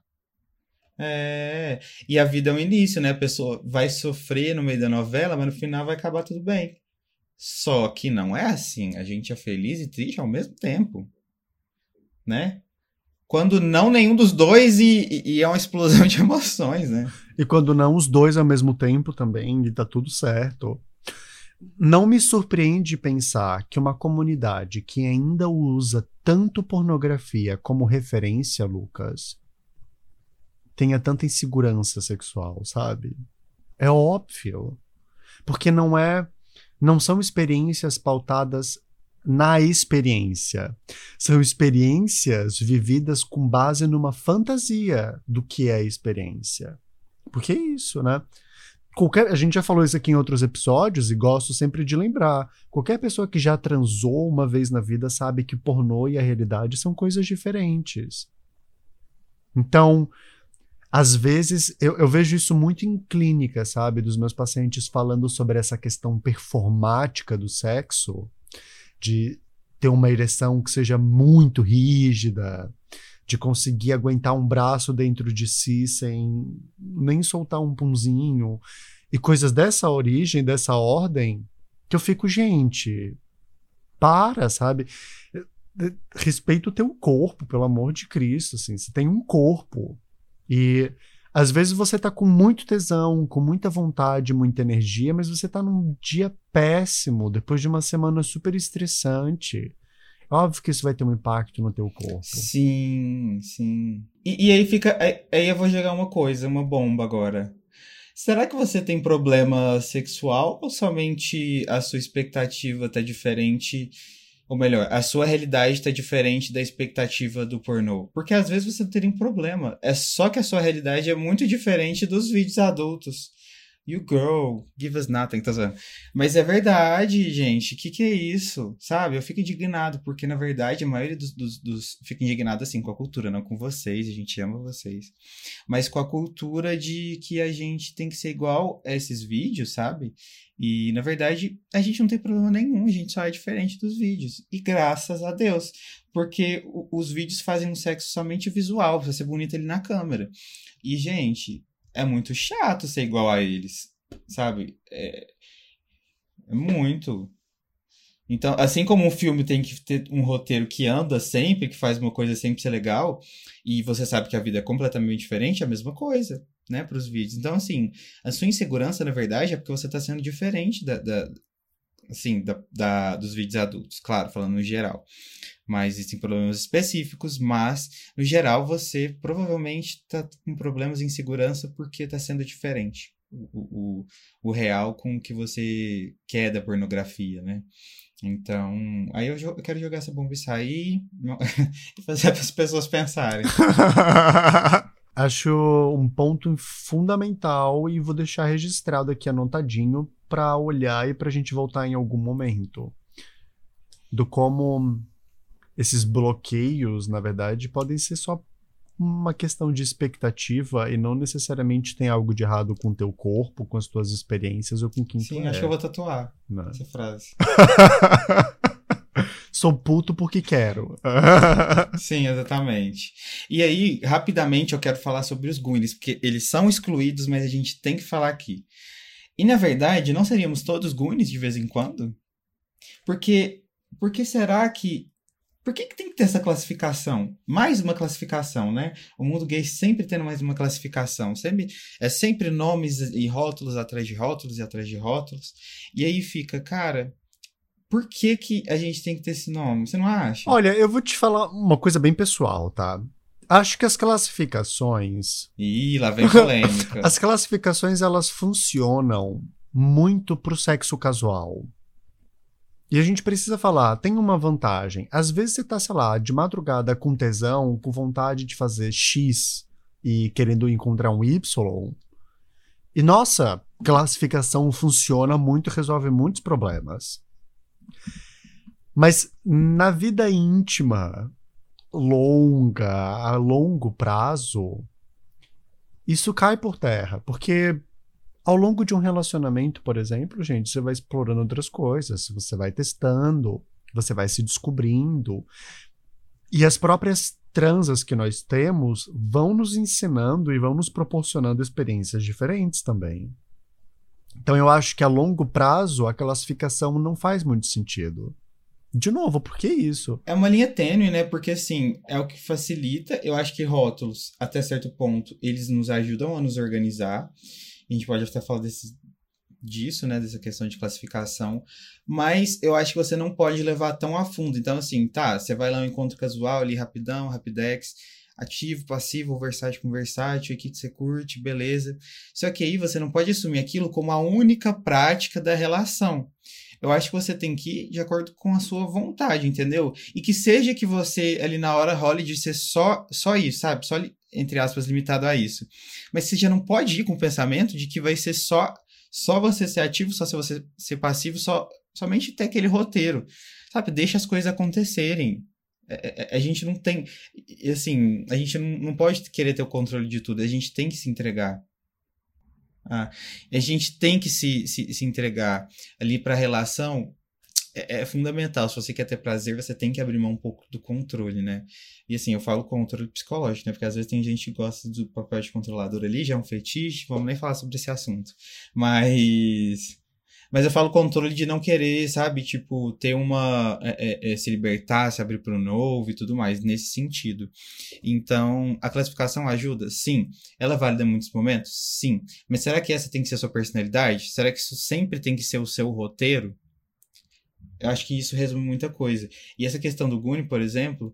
E a vida é um início, né? A pessoa vai sofrer no meio da novela, mas no final vai acabar tudo bem. Só que não é assim, a gente é feliz e triste ao mesmo tempo, né? Quando não nenhum dos dois e é uma explosão de emoções, né? E quando não os dois ao mesmo tempo também, e tá tudo certo. Não me surpreende pensar que uma comunidade que ainda usa tanto pornografia como referência, Lucas, tenha tanta insegurança sexual, sabe? É óbvio. Porque não são experiências pautadas na experiência. São experiências vividas com base numa fantasia do que é a experiência. Porque é isso, né? A gente já falou isso aqui em outros episódios e gosto sempre de lembrar. Qualquer pessoa que já transou uma vez na vida sabe que pornô e a realidade são coisas diferentes. Então, às vezes, eu vejo isso muito em clínica, sabe? Dos meus pacientes falando sobre essa questão performática do sexo, de ter uma ereção que seja muito rígida, de conseguir aguentar um braço dentro de si sem nem soltar um punzinho, e coisas dessa origem, dessa ordem, que eu fico, gente, sabe? Respeita o teu corpo, pelo amor de Cristo, assim, você tem um corpo. E às vezes você tá com muito tesão, com muita vontade, muita energia, mas você tá num dia péssimo, depois de uma semana super estressante. Óbvio que isso vai ter um impacto no teu corpo. Sim, sim. E aí fica. Aí eu vou jogar uma bomba agora. Será que você tem problema sexual ou somente a sua expectativa tá diferente? Ou melhor, a sua realidade está diferente da expectativa do pornô. Porque às vezes você não teria um problema. É só que a sua realidade é muito diferente dos vídeos adultos. You girl, give us nothing, tá zoando. Mas é verdade, gente. O que é isso? Sabe? Eu fico indignado, porque na verdade a maioria dos... Fico indignado assim com a cultura, não com vocês. A gente ama vocês. Mas com a cultura de que a gente tem que ser igual a esses vídeos, sabe? E, na verdade, a gente não tem problema nenhum, a gente só é diferente dos vídeos. E graças a Deus, porque os vídeos fazem um sexo somente visual, pra ser bonito ali na câmera. E, gente, é muito chato ser igual a eles, sabe? É muito. Então, assim como um filme tem que ter um roteiro que anda sempre, que faz uma coisa sempre ser legal, e você sabe que a vida é completamente diferente, é a mesma coisa, né, para os vídeos. Então, assim, a sua insegurança, na verdade, é porque você está sendo diferente dos vídeos adultos, claro, falando no geral. Mas existem problemas específicos, mas, no geral, você provavelmente está com problemas de insegurança porque está sendo diferente. O real com o que você quer da pornografia, né? Então, aí eu quero jogar essa bomba e sair e fazer as pessoas pensarem. Acho um ponto fundamental e vou deixar registrado aqui anotadinho para olhar e para a gente voltar em algum momento. Do como esses bloqueios, na verdade, podem ser só uma questão de expectativa e não necessariamente tem algo de errado com o teu corpo, com as tuas experiências ou com quem tu é. Sim, acho que eu vou tatuar Não. essa frase. Sou puto porque quero. Sim, exatamente. E aí, rapidamente, eu quero falar sobre os Goonies, porque eles são excluídos, mas a gente tem que falar aqui. E, na verdade, não seríamos todos Goonies de vez em quando? Porque será que... Por que tem que ter essa classificação? Mais uma classificação, né? O mundo gay sempre tendo mais uma classificação. Sempre nomes e rótulos atrás de rótulos e atrás de rótulos. E aí fica, cara... Por que a gente tem que ter esse nome? Você não acha? Olha, eu vou te falar uma coisa bem pessoal, tá? Acho que as classificações... Ih, lá vem polêmica. As classificações, elas funcionam muito pro sexo casual. E a gente precisa falar, tem uma vantagem. Às vezes você tá, sei lá, de madrugada com tesão, com vontade de fazer X e querendo encontrar um Y. E, nossa, classificação funciona muito e resolve muitos problemas. Mas na vida íntima, longa, a longo prazo, isso cai por terra. Porque ao longo de um relacionamento, por exemplo, gente, você vai explorando outras coisas, você vai testando, você vai se descobrindo. E as próprias transas que nós temos vão nos ensinando e vão nos proporcionando experiências diferentes também. Então eu acho que a longo prazo a classificação não faz muito sentido. De novo, por que isso? É uma linha tênue, né? Porque, assim, é o que facilita. Eu acho que rótulos, até certo ponto, eles nos ajudam a nos organizar. A gente pode até falar disso, né? Dessa questão de classificação. Mas eu acho que você não pode levar tão a fundo. Então, assim, tá, você vai lá no encontro casual ali, rapidão, rapidex, ativo, passivo, versátil com versátil, o que você curte, beleza. Só que aí você não pode assumir aquilo como a única prática da relação. Eu acho que você tem que ir de acordo com a sua vontade, entendeu? E que seja que você, ali na hora, role de ser só isso, sabe? Só, entre aspas, limitado a isso. Mas você já não pode ir com o pensamento de que vai ser só você ser ativo, só você ser passivo, somente ter aquele roteiro, sabe? Deixa as coisas acontecerem. A gente não tem... Assim, a gente não pode querer ter o controle de tudo. A gente tem que se entregar. A gente tem que se entregar ali para a relação. É fundamental. Se você quer ter prazer, você tem que abrir mão um pouco do controle, né? E assim, eu falo controle psicológico, né? Porque às vezes tem gente que gosta do papel de controlador ali, já é um fetiche, vamos nem falar sobre esse assunto. Mas eu falo controle de não querer, sabe? Tipo, ter se libertar, se abrir para o novo e tudo mais, nesse sentido. Então, a classificação ajuda? Sim. Ela é válida em muitos momentos? Sim. Mas será que essa tem que ser a sua personalidade? Será que isso sempre tem que ser o seu roteiro? Eu acho que isso resume muita coisa. E essa questão do Guni, por exemplo,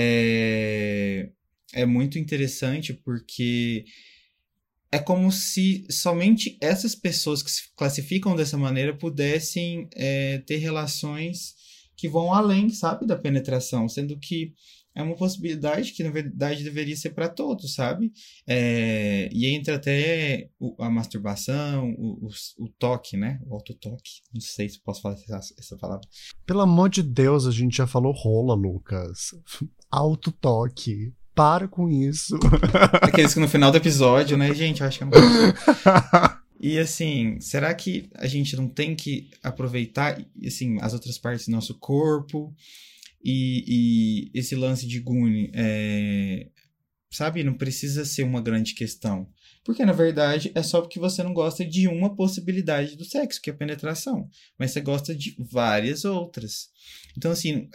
é muito interessante porque é como se somente essas pessoas que se classificam dessa maneira pudessem ter relações que vão além, sabe, da penetração, sendo que é uma possibilidade que, na verdade, deveria ser para todos, sabe? E entra até a masturbação, o toque, né? O autotoque. Não sei se posso falar essa palavra. Pelo amor de Deus, a gente já falou rola, Lucas. Autotoque. Para com isso. Aqueles que no final do episódio, né, gente? Eu acho que é uma... E assim, será que a gente não tem que aproveitar, assim, as outras partes do nosso corpo? E esse lance de Guni, sabe, não precisa ser uma grande questão. Porque, na verdade, é só porque você não gosta de uma possibilidade do sexo, que é a penetração. Mas você gosta de várias outras. Então, assim,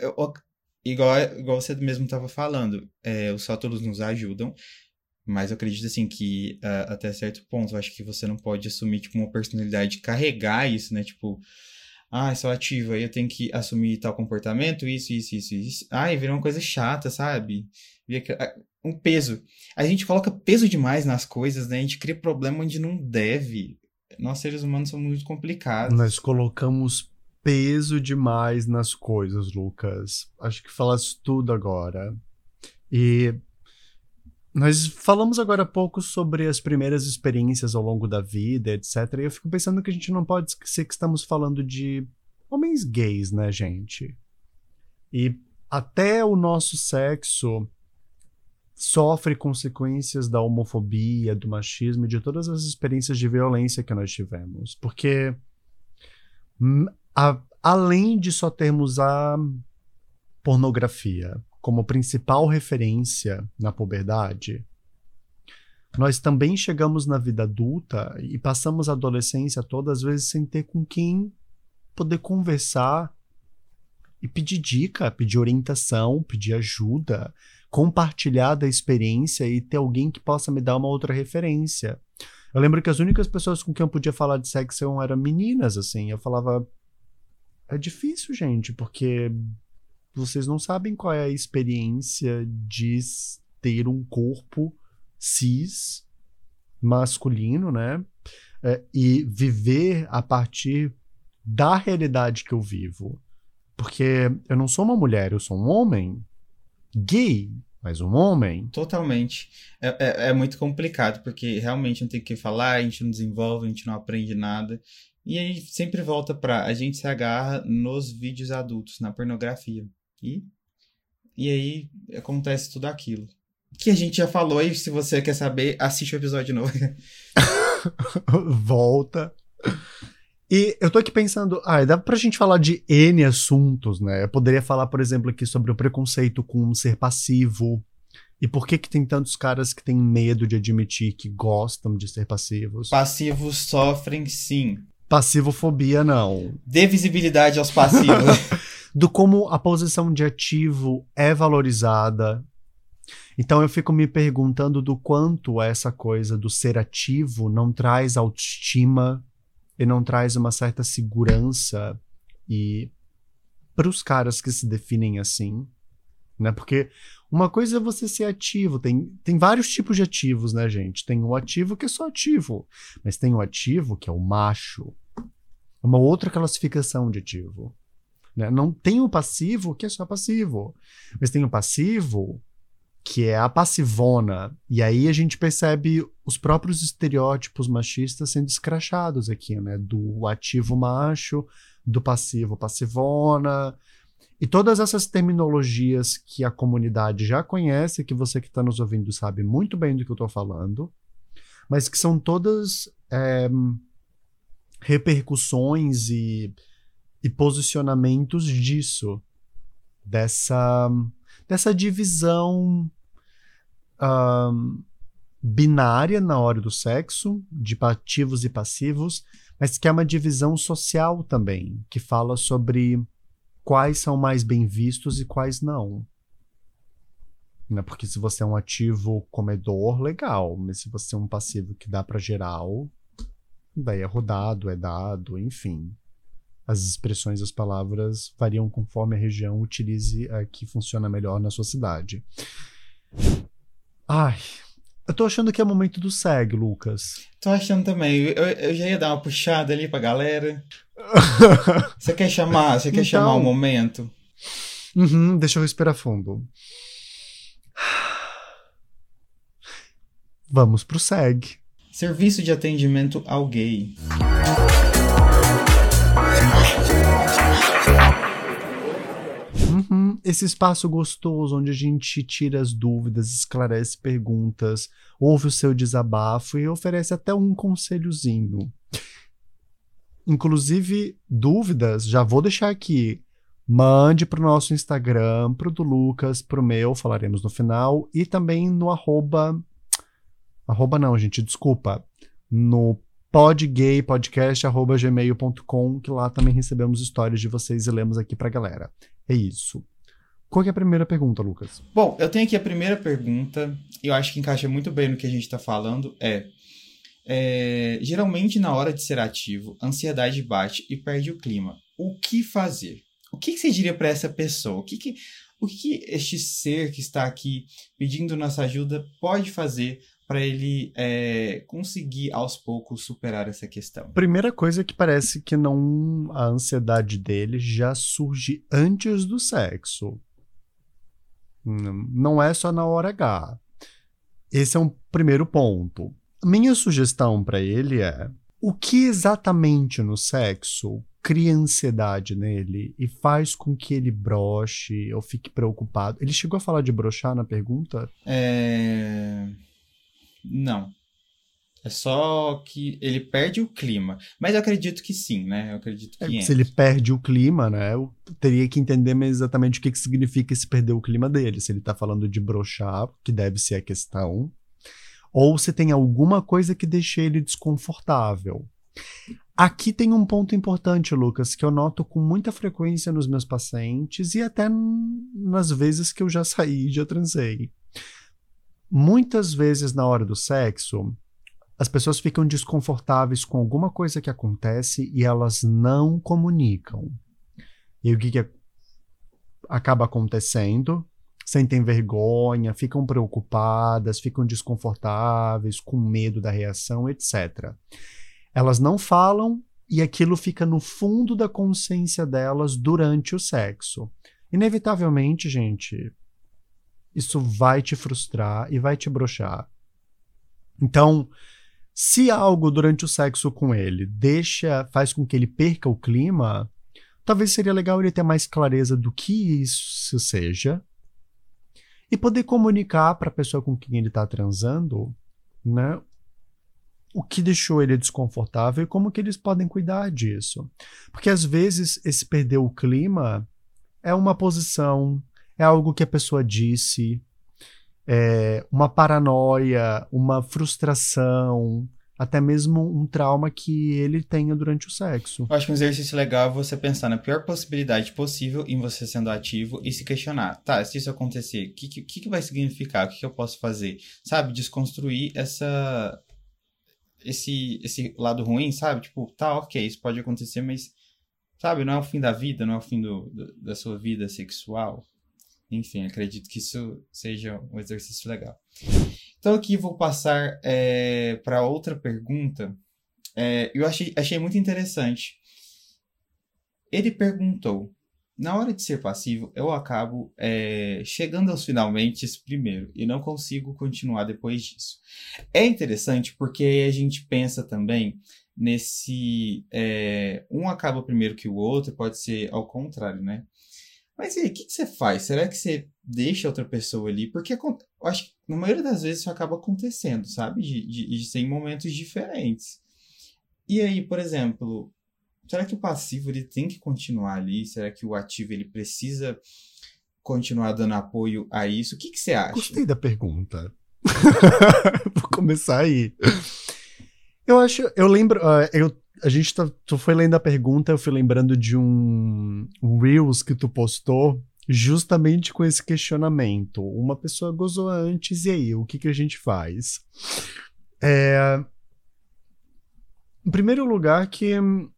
igual você mesmo estava falando, os rótulos nos ajudam, mas eu acredito, assim, que até certo ponto, eu acho que você não pode assumir, tipo, uma personalidade, carregar isso, né, tipo... sou ativa, eu tenho que assumir tal comportamento, isso. Vira uma coisa chata, sabe? Um peso. A gente coloca peso demais nas coisas, né? A gente cria problema onde não deve. Nós, seres humanos, somos muito complicados. Nós colocamos peso demais nas coisas, Lucas. Acho que falas tudo agora. E... nós falamos agora há pouco sobre as primeiras experiências ao longo da vida, etc. E eu fico pensando que a gente não pode esquecer que estamos falando de homens gays, né, gente? E até o nosso sexo sofre consequências da homofobia, do machismo e de todas as experiências de violência que nós tivemos. Porque além de só termos a pornografia como principal referência na puberdade, nós também chegamos na vida adulta e passamos a adolescência toda, às vezes, sem ter com quem poder conversar e pedir dica, pedir orientação, pedir ajuda, compartilhar da experiência e ter alguém que possa me dar uma outra referência. Eu lembro que as únicas pessoas com quem eu podia falar de sexo eram meninas, assim. Eu falava, é difícil, gente, porque... vocês não sabem qual é a experiência de ter um corpo cis, masculino, né? E viver a partir da realidade que eu vivo. Porque eu não sou uma mulher, eu sou um homem gay, mas um homem. Totalmente. É muito complicado, porque realmente não tem o que falar, a gente não desenvolve, a gente não aprende nada. E aí sempre volta pra... a gente se agarra nos vídeos adultos, na pornografia. E aí acontece tudo aquilo. Que a gente já falou, e se você quer saber, assiste o episódio novo. Volta. E eu tô aqui pensando, dá pra gente falar de N assuntos, né? Eu poderia falar, por exemplo, aqui sobre o preconceito com ser passivo. E por que tem tantos caras que têm medo de admitir que gostam de ser passivos? Passivos sofrem, sim. Passivofobia, não. Dê visibilidade aos passivos. Do como a posição de ativo é valorizada. Então eu fico me perguntando do quanto essa coisa do ser ativo não traz autoestima e não traz uma certa segurança e para os caras que se definem assim, né? Porque uma coisa é você ser ativo, tem vários tipos de ativos, né, gente? Tem o ativo que é só ativo, mas tem o ativo que é o macho, É uma outra classificação de ativo. Né? Não tem o passivo, que é só passivo. Mas tem o passivo, que é a passivona. E aí a gente percebe os próprios estereótipos machistas sendo escrachados aqui, né? Do ativo macho, do passivo passivona. E todas essas terminologias que a comunidade já conhece, que você que está nos ouvindo sabe muito bem do que eu estou falando, mas que são todas repercussões e posicionamentos disso, dessa divisão binária na hora do sexo, de ativos e passivos, mas que é uma divisão social também, que fala sobre quais são mais bem vistos e quais não. Porque se você é um ativo comedor, legal, mas se você é um passivo que dá para geral, daí é rodado, é dado, enfim. As expressões, as palavras variam conforme a região utilize a que funciona melhor na sua cidade. Ai, eu tô achando que é o momento do segue, Lucas. Tô achando também. Eu já ia dar uma puxada ali pra galera. Você quer chamar o momento? Deixa eu respirar fundo. Vamos pro segue. Serviço de atendimento ao gay. Esse espaço gostoso onde a gente tira as dúvidas, esclarece perguntas, ouve o seu desabafo e oferece até um conselhozinho. Inclusive, dúvidas, já vou deixar aqui. Mande pro nosso Instagram, pro do Lucas, pro meu, falaremos no final, e também no arroba não, gente, desculpa, no podgaypodcast@gmail.com, que lá também recebemos histórias de vocês e lemos aqui pra galera. É isso. Qual que é a primeira pergunta, Lucas? Bom, eu tenho aqui a primeira pergunta, e eu acho que encaixa muito bem no que a gente tá falando, geralmente na hora de ser ativo, a ansiedade bate e perde o clima. O que fazer? O que você diria para essa pessoa? O que este ser que está aqui pedindo nossa ajuda pode fazer para ele conseguir aos poucos superar essa questão? Primeira coisa que parece que a ansiedade dele já surge antes do sexo. Não é só na hora H. Esse é um primeiro ponto. Minha sugestão para ele é: o que exatamente no sexo cria ansiedade nele e faz com que ele broche ou fique preocupado? Ele chegou a falar de brochar na pergunta? Não. É só que ele perde o clima. Mas eu acredito que sim, né? Eu acredito que se ele perde o clima, né? Eu teria que entender exatamente o que significa esse perder o clima dele. Se ele tá falando de brochar, que deve ser a questão, ou se tem alguma coisa que deixa ele desconfortável. Aqui tem um ponto importante, Lucas, que eu noto com muita frequência nos meus pacientes e até nas vezes que eu já saí e já transei. Muitas vezes na hora do sexo, as pessoas ficam desconfortáveis com alguma coisa que acontece e elas não comunicam. E o que acaba acontecendo? Sentem vergonha, ficam preocupadas, ficam desconfortáveis, com medo da reação, etc. Elas não falam e aquilo fica no fundo da consciência delas durante o sexo. Inevitavelmente, gente, isso vai te frustrar e vai te broxar. Então, se algo durante o sexo com ele faz com que ele perca o clima, talvez seria legal ele ter mais clareza do que isso seja e poder comunicar para a pessoa com quem ele está transando, né, o que deixou ele desconfortável e como que eles podem cuidar disso. Porque às vezes esse perder o clima é uma posição, é algo que a pessoa disse, uma paranoia, uma frustração, até mesmo um trauma que ele tenha durante o sexo. Eu acho que um exercício legal é você pensar na pior possibilidade possível em você sendo ativo e se questionar. Tá, se isso acontecer, o que vai significar? O que eu posso fazer? Sabe, desconstruir esse lado ruim, sabe? Tipo, tá, ok, isso pode acontecer, mas, sabe, não é o fim da vida, não é o fim da sua vida sexual. Enfim, acredito que isso seja um exercício legal. Então aqui vou passar para outra pergunta. Eu achei muito interessante. Ele perguntou: na hora de ser passivo, eu acabo chegando aos finalmente primeiro e não consigo continuar depois disso. É interessante porque aí a gente pensa também nesse... um acaba primeiro que o outro, pode ser ao contrário, né? Mas e aí, o que você faz? Será que você deixa outra pessoa ali? Porque eu acho que na maioria das vezes isso acaba acontecendo, sabe? De ser em momentos diferentes. E aí, por exemplo, será que o passivo ele tem que continuar ali? Será que o ativo ele precisa continuar dando apoio a isso? O que você acha? Gostei da pergunta. Vou começar aí. Eu lembro, tu foi lendo a pergunta, eu fui lembrando de um Reels que tu postou justamente com esse questionamento. Uma pessoa gozou antes, e aí, o que a gente faz? Em primeiro lugar que...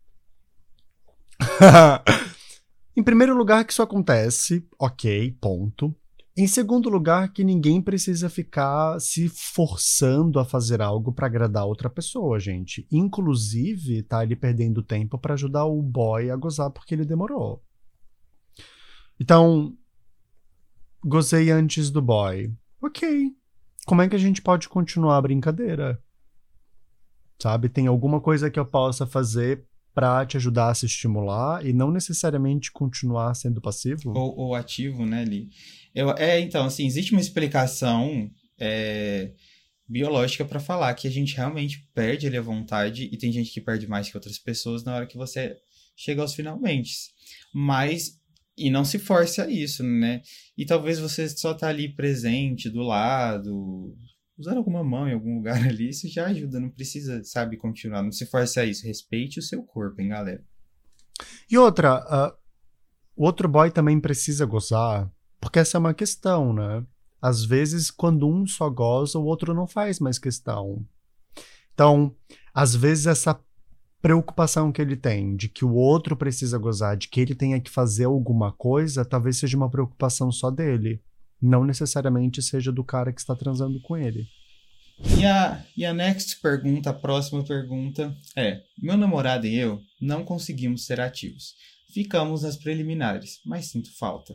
Em primeiro lugar que isso acontece, ok, ponto. Em segundo lugar, que ninguém precisa ficar se forçando a fazer algo pra agradar outra pessoa, gente. Inclusive, tá ali perdendo tempo pra ajudar o boy a gozar porque ele demorou. Então, gozei antes do boy. Ok. Como é que a gente pode continuar a brincadeira? Sabe? Tem alguma coisa que eu possa fazer pra te ajudar a se estimular e não necessariamente continuar sendo passivo? Ou ativo, né, Li? Então, assim, existe uma explicação biológica para falar que a gente realmente perde ali a vontade e tem gente que perde mais que outras pessoas na hora que você chega aos finalmente. Mas, e não se force a isso, né? E talvez você só tá ali presente, do lado, usando alguma mão em algum lugar ali, isso já ajuda, não precisa, sabe, continuar. Não se force a isso, respeite o seu corpo, hein, galera? E outra, o outro boy também precisa gozar, porque essa é uma questão, né? Às vezes, quando um só goza, o outro não faz mais questão. Então, às vezes, essa preocupação que ele tem de que o outro precisa gozar, de que ele tenha que fazer alguma coisa, talvez seja uma preocupação só dele. Não necessariamente seja do cara que está transando com ele. E a next pergunta, a próxima pergunta meu namorado e eu não conseguimos ser ativos. Ficamos nas preliminares, mas sinto falta.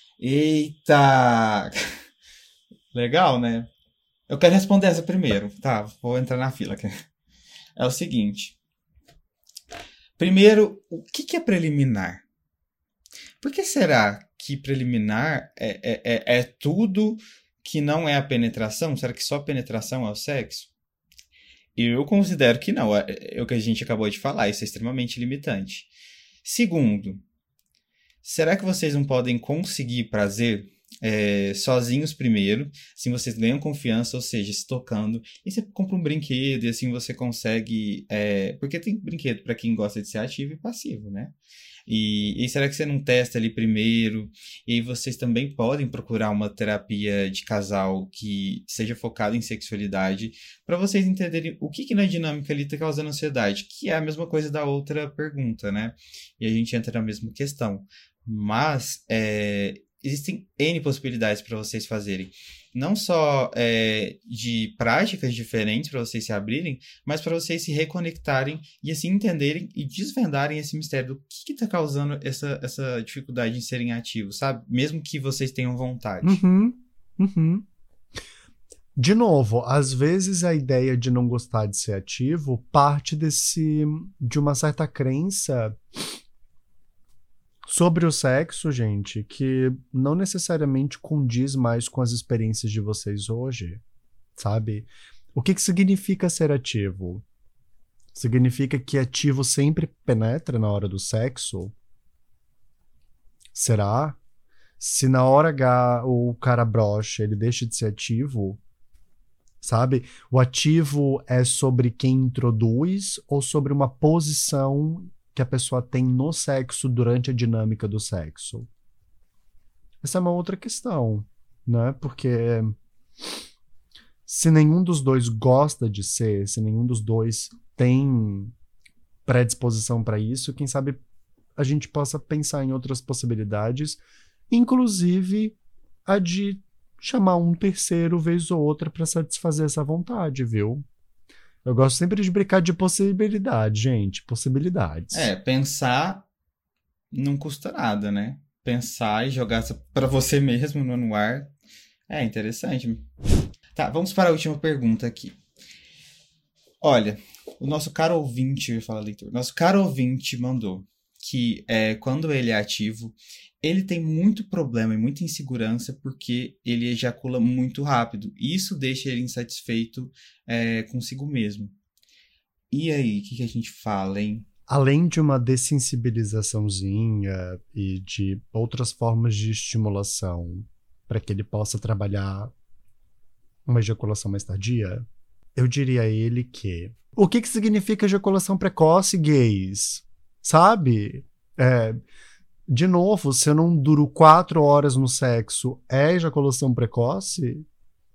Eita! Legal, né? Eu quero responder essa primeiro. Tá, vou entrar na fila aqui. É o seguinte. Primeiro, o que é preliminar? Por que será que preliminar é tudo que não é a penetração? Será que só a penetração é o sexo? Eu considero que não. É o que a gente acabou de falar. Isso é extremamente limitante. Segundo, será que vocês não podem conseguir prazer sozinhos primeiro? Assim vocês ganham confiança, ou seja, se tocando. E você compra um brinquedo e assim você consegue... porque tem brinquedo para quem gosta de ser ativo e passivo, né? E será que você não testa ali primeiro? E aí vocês também podem procurar uma terapia de casal que seja focada em sexualidade para vocês entenderem o que na dinâmica ali está causando ansiedade, que é a mesma coisa da outra pergunta, né? E a gente entra na mesma questão. Mas existem N possibilidades para vocês fazerem. Não só de práticas diferentes para vocês se abrirem, mas para vocês se reconectarem e assim entenderem e desvendarem esse mistério do que está causando essa dificuldade em serem ativos, sabe? Mesmo que vocês tenham vontade. Uhum. De novo, às vezes a ideia de não gostar de ser ativo parte de uma certa crença sobre o sexo, gente, que não necessariamente condiz mais com as experiências de vocês hoje, sabe? O que significa ser ativo? Significa que ativo sempre penetra na hora do sexo? Será? Se na hora H o cara brocha, ele deixa de ser ativo? Sabe? O ativo é sobre quem introduz ou sobre uma posição que a pessoa tem no sexo durante a dinâmica do sexo? Essa é uma outra questão, né? Porque se nenhum dos dois gosta de ser, se nenhum dos dois tem predisposição para isso, quem sabe a gente possa pensar em outras possibilidades, inclusive a de chamar um terceiro vez ou outra para satisfazer essa vontade, viu? Eu gosto sempre de brincar de possibilidade, gente. Possibilidades. Pensar não custa nada, né? Pensar e jogar pra você mesmo no ar. É interessante. Tá, vamos para a última pergunta aqui. Olha, o nosso caro ouvinte, eu ia falar leitor, nosso caro ouvinte mandou que quando ele é ativo, ele tem muito problema e muita insegurança porque ele ejacula muito rápido. E isso deixa ele insatisfeito consigo mesmo. E aí, o que a gente fala, hein? Além de uma dessensibilizaçãozinha e de outras formas de estimulação para que ele possa trabalhar uma ejaculação mais tardia, eu diria a ele que... O que significa ejaculação precoce, gays? Sabe? De novo, se eu não duro 4 horas no sexo, é ejaculação precoce?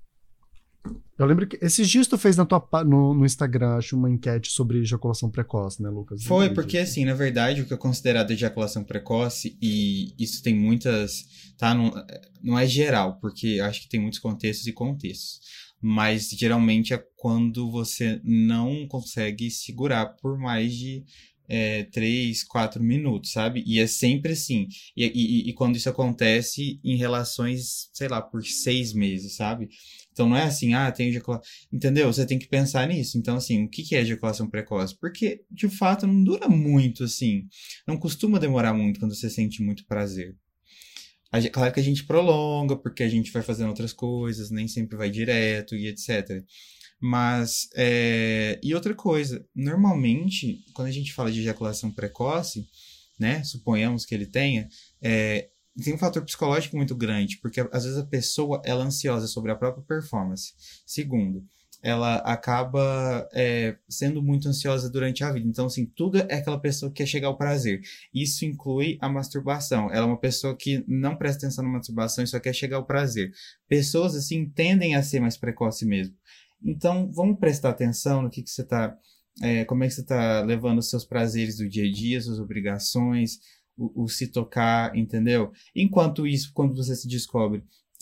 Eu lembro que esses dias tu fez no Instagram, acho, uma enquete sobre ejaculação precoce, né, Lucas? Foi, porque assim, na verdade, o que é considerado ejaculação precoce, e isso tem muitas, tá? Não é geral, porque eu acho que tem muitos contextos e contextos. Mas geralmente é quando você não consegue segurar por mais de 3, 4 minutos, sabe? E é sempre assim. E quando isso acontece em relações, sei lá, por 6 meses, sabe? Então não é assim, tem ejaculação... Entendeu? Você tem que pensar nisso. Então, assim, o que é ejaculação precoce? Porque, de fato, não dura muito, assim. Não costuma demorar muito quando você sente muito prazer. Claro que a gente prolonga, porque a gente vai fazendo outras coisas, nem sempre vai direto e etc. Mas, e outra coisa, normalmente, quando a gente fala de ejaculação precoce, né, suponhamos que ele tenha, tem um fator psicológico muito grande, porque às vezes a pessoa ela é ansiosa sobre a própria performance. Segundo, ela acaba sendo muito ansiosa durante a vida. Então, assim, tudo é aquela pessoa que quer chegar ao prazer. Isso inclui a masturbação. Ela é uma pessoa que não presta atenção na masturbação e só quer chegar ao prazer. Pessoas, assim, tendem a ser mais precoce mesmo. Então, vamos prestar atenção no que você está... como é que você está levando os seus prazeres do dia a dia, suas obrigações, o se tocar, entendeu? Enquanto isso, quando você se descobre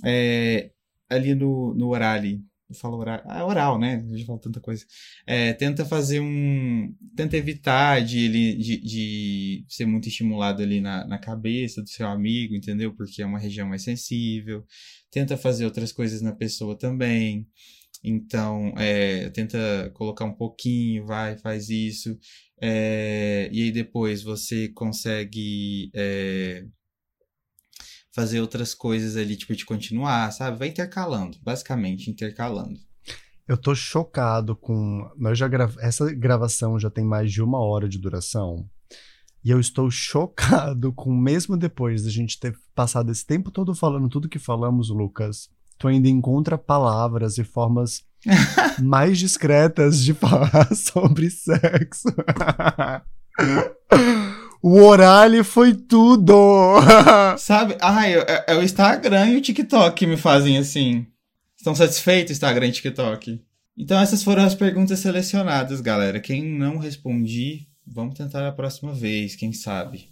ali no horário, eu falo oral, né? Eu já falo tanta coisa. Tenta evitar de ser muito estimulado ali na cabeça do seu amigo, entendeu? Porque é uma região mais sensível. Tenta fazer outras coisas na pessoa também. Então, tenta colocar um pouquinho, faz isso. E aí depois você consegue fazer outras coisas ali, tipo, de continuar, sabe? Vai intercalando, basicamente, intercalando. Eu tô chocado com... Essa gravação já tem mais de 1 hora de duração. E eu estou chocado com, mesmo depois da gente ter passado esse tempo todo falando tudo que falamos, Lucas, tu ainda encontra palavras e formas mais discretas de falar sobre sexo. O horário foi tudo! Sabe? É o Instagram e o TikTok que me fazem assim. Estão satisfeitos, Instagram e TikTok? Então essas foram as perguntas selecionadas, galera. Quem não respondi, vamos tentar a próxima vez, quem sabe?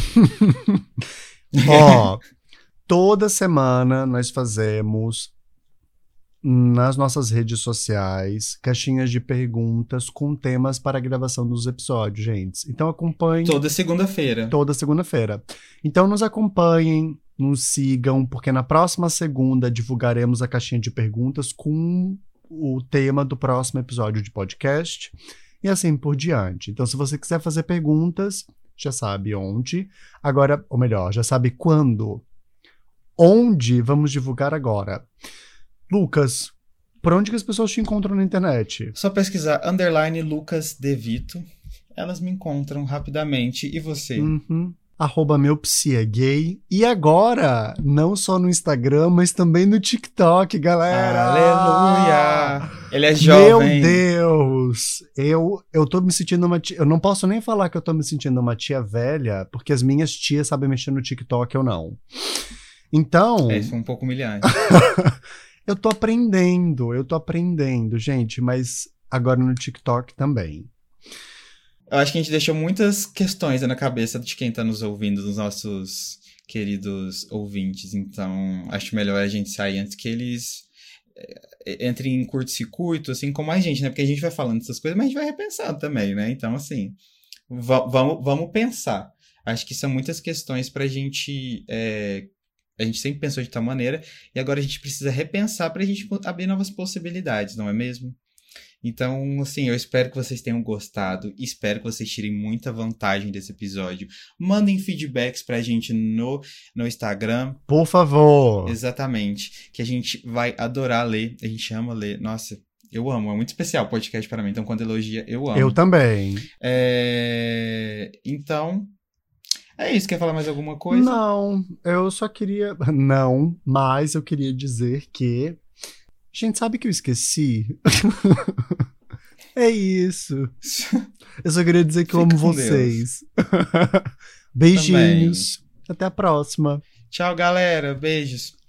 Toda semana nós fazemos nas nossas redes sociais caixinhas de perguntas com temas para a gravação dos episódios, gente. Então acompanhem. Toda segunda-feira. Então nos acompanhem, nos sigam, porque na próxima segunda divulgaremos a caixinha de perguntas com o tema do próximo episódio de podcast e assim por diante. Então se você quiser fazer perguntas, já sabe onde. Agora, ou melhor, já sabe quando. Onde vamos divulgar agora. Lucas, por onde que as pessoas te encontram na internet? Só pesquisar _Lucas De Vito. Elas me encontram rapidamente. E você? @meupsiagay. E agora, não só no Instagram, mas também no TikTok, galera. Aleluia! Ele é jovem. Meu Deus! Eu tô me sentindo uma tia... Eu não posso nem falar que eu tô me sentindo uma tia velha, porque as minhas tias sabem mexer no TikTok ou não. Então... Isso foi um pouco humilhante. Eu tô aprendendo, gente, mas agora no TikTok também. Eu acho que a gente deixou muitas questões na cabeça de quem tá nos ouvindo, dos nossos queridos ouvintes. Então, acho melhor a gente sair antes que eles entrem em curto-circuito, assim como a gente, né? Porque a gente vai falando essas coisas, mas a gente vai repensando também, né? Então, assim, vamos pensar. Acho que são muitas questões pra gente... a gente sempre pensou de tal maneira, e agora a gente precisa repensar pra gente abrir novas possibilidades, não é mesmo? Então, assim, eu espero que vocês tenham gostado, espero que vocês tirem muita vantagem desse episódio. Mandem feedbacks pra gente no Instagram. Por favor. Exatamente, que a gente vai adorar ler, a gente ama ler. Nossa, eu amo, é muito especial o podcast para mim, então quando elogia, eu amo. Eu também. Então, é isso, quer falar mais alguma coisa? Não, eu só queria... Não, mas eu queria dizer que... Gente, sabe que eu esqueci? É isso. Eu só queria dizer que eu amo vocês. Beijinhos. Até a próxima. Tchau, galera. Beijos.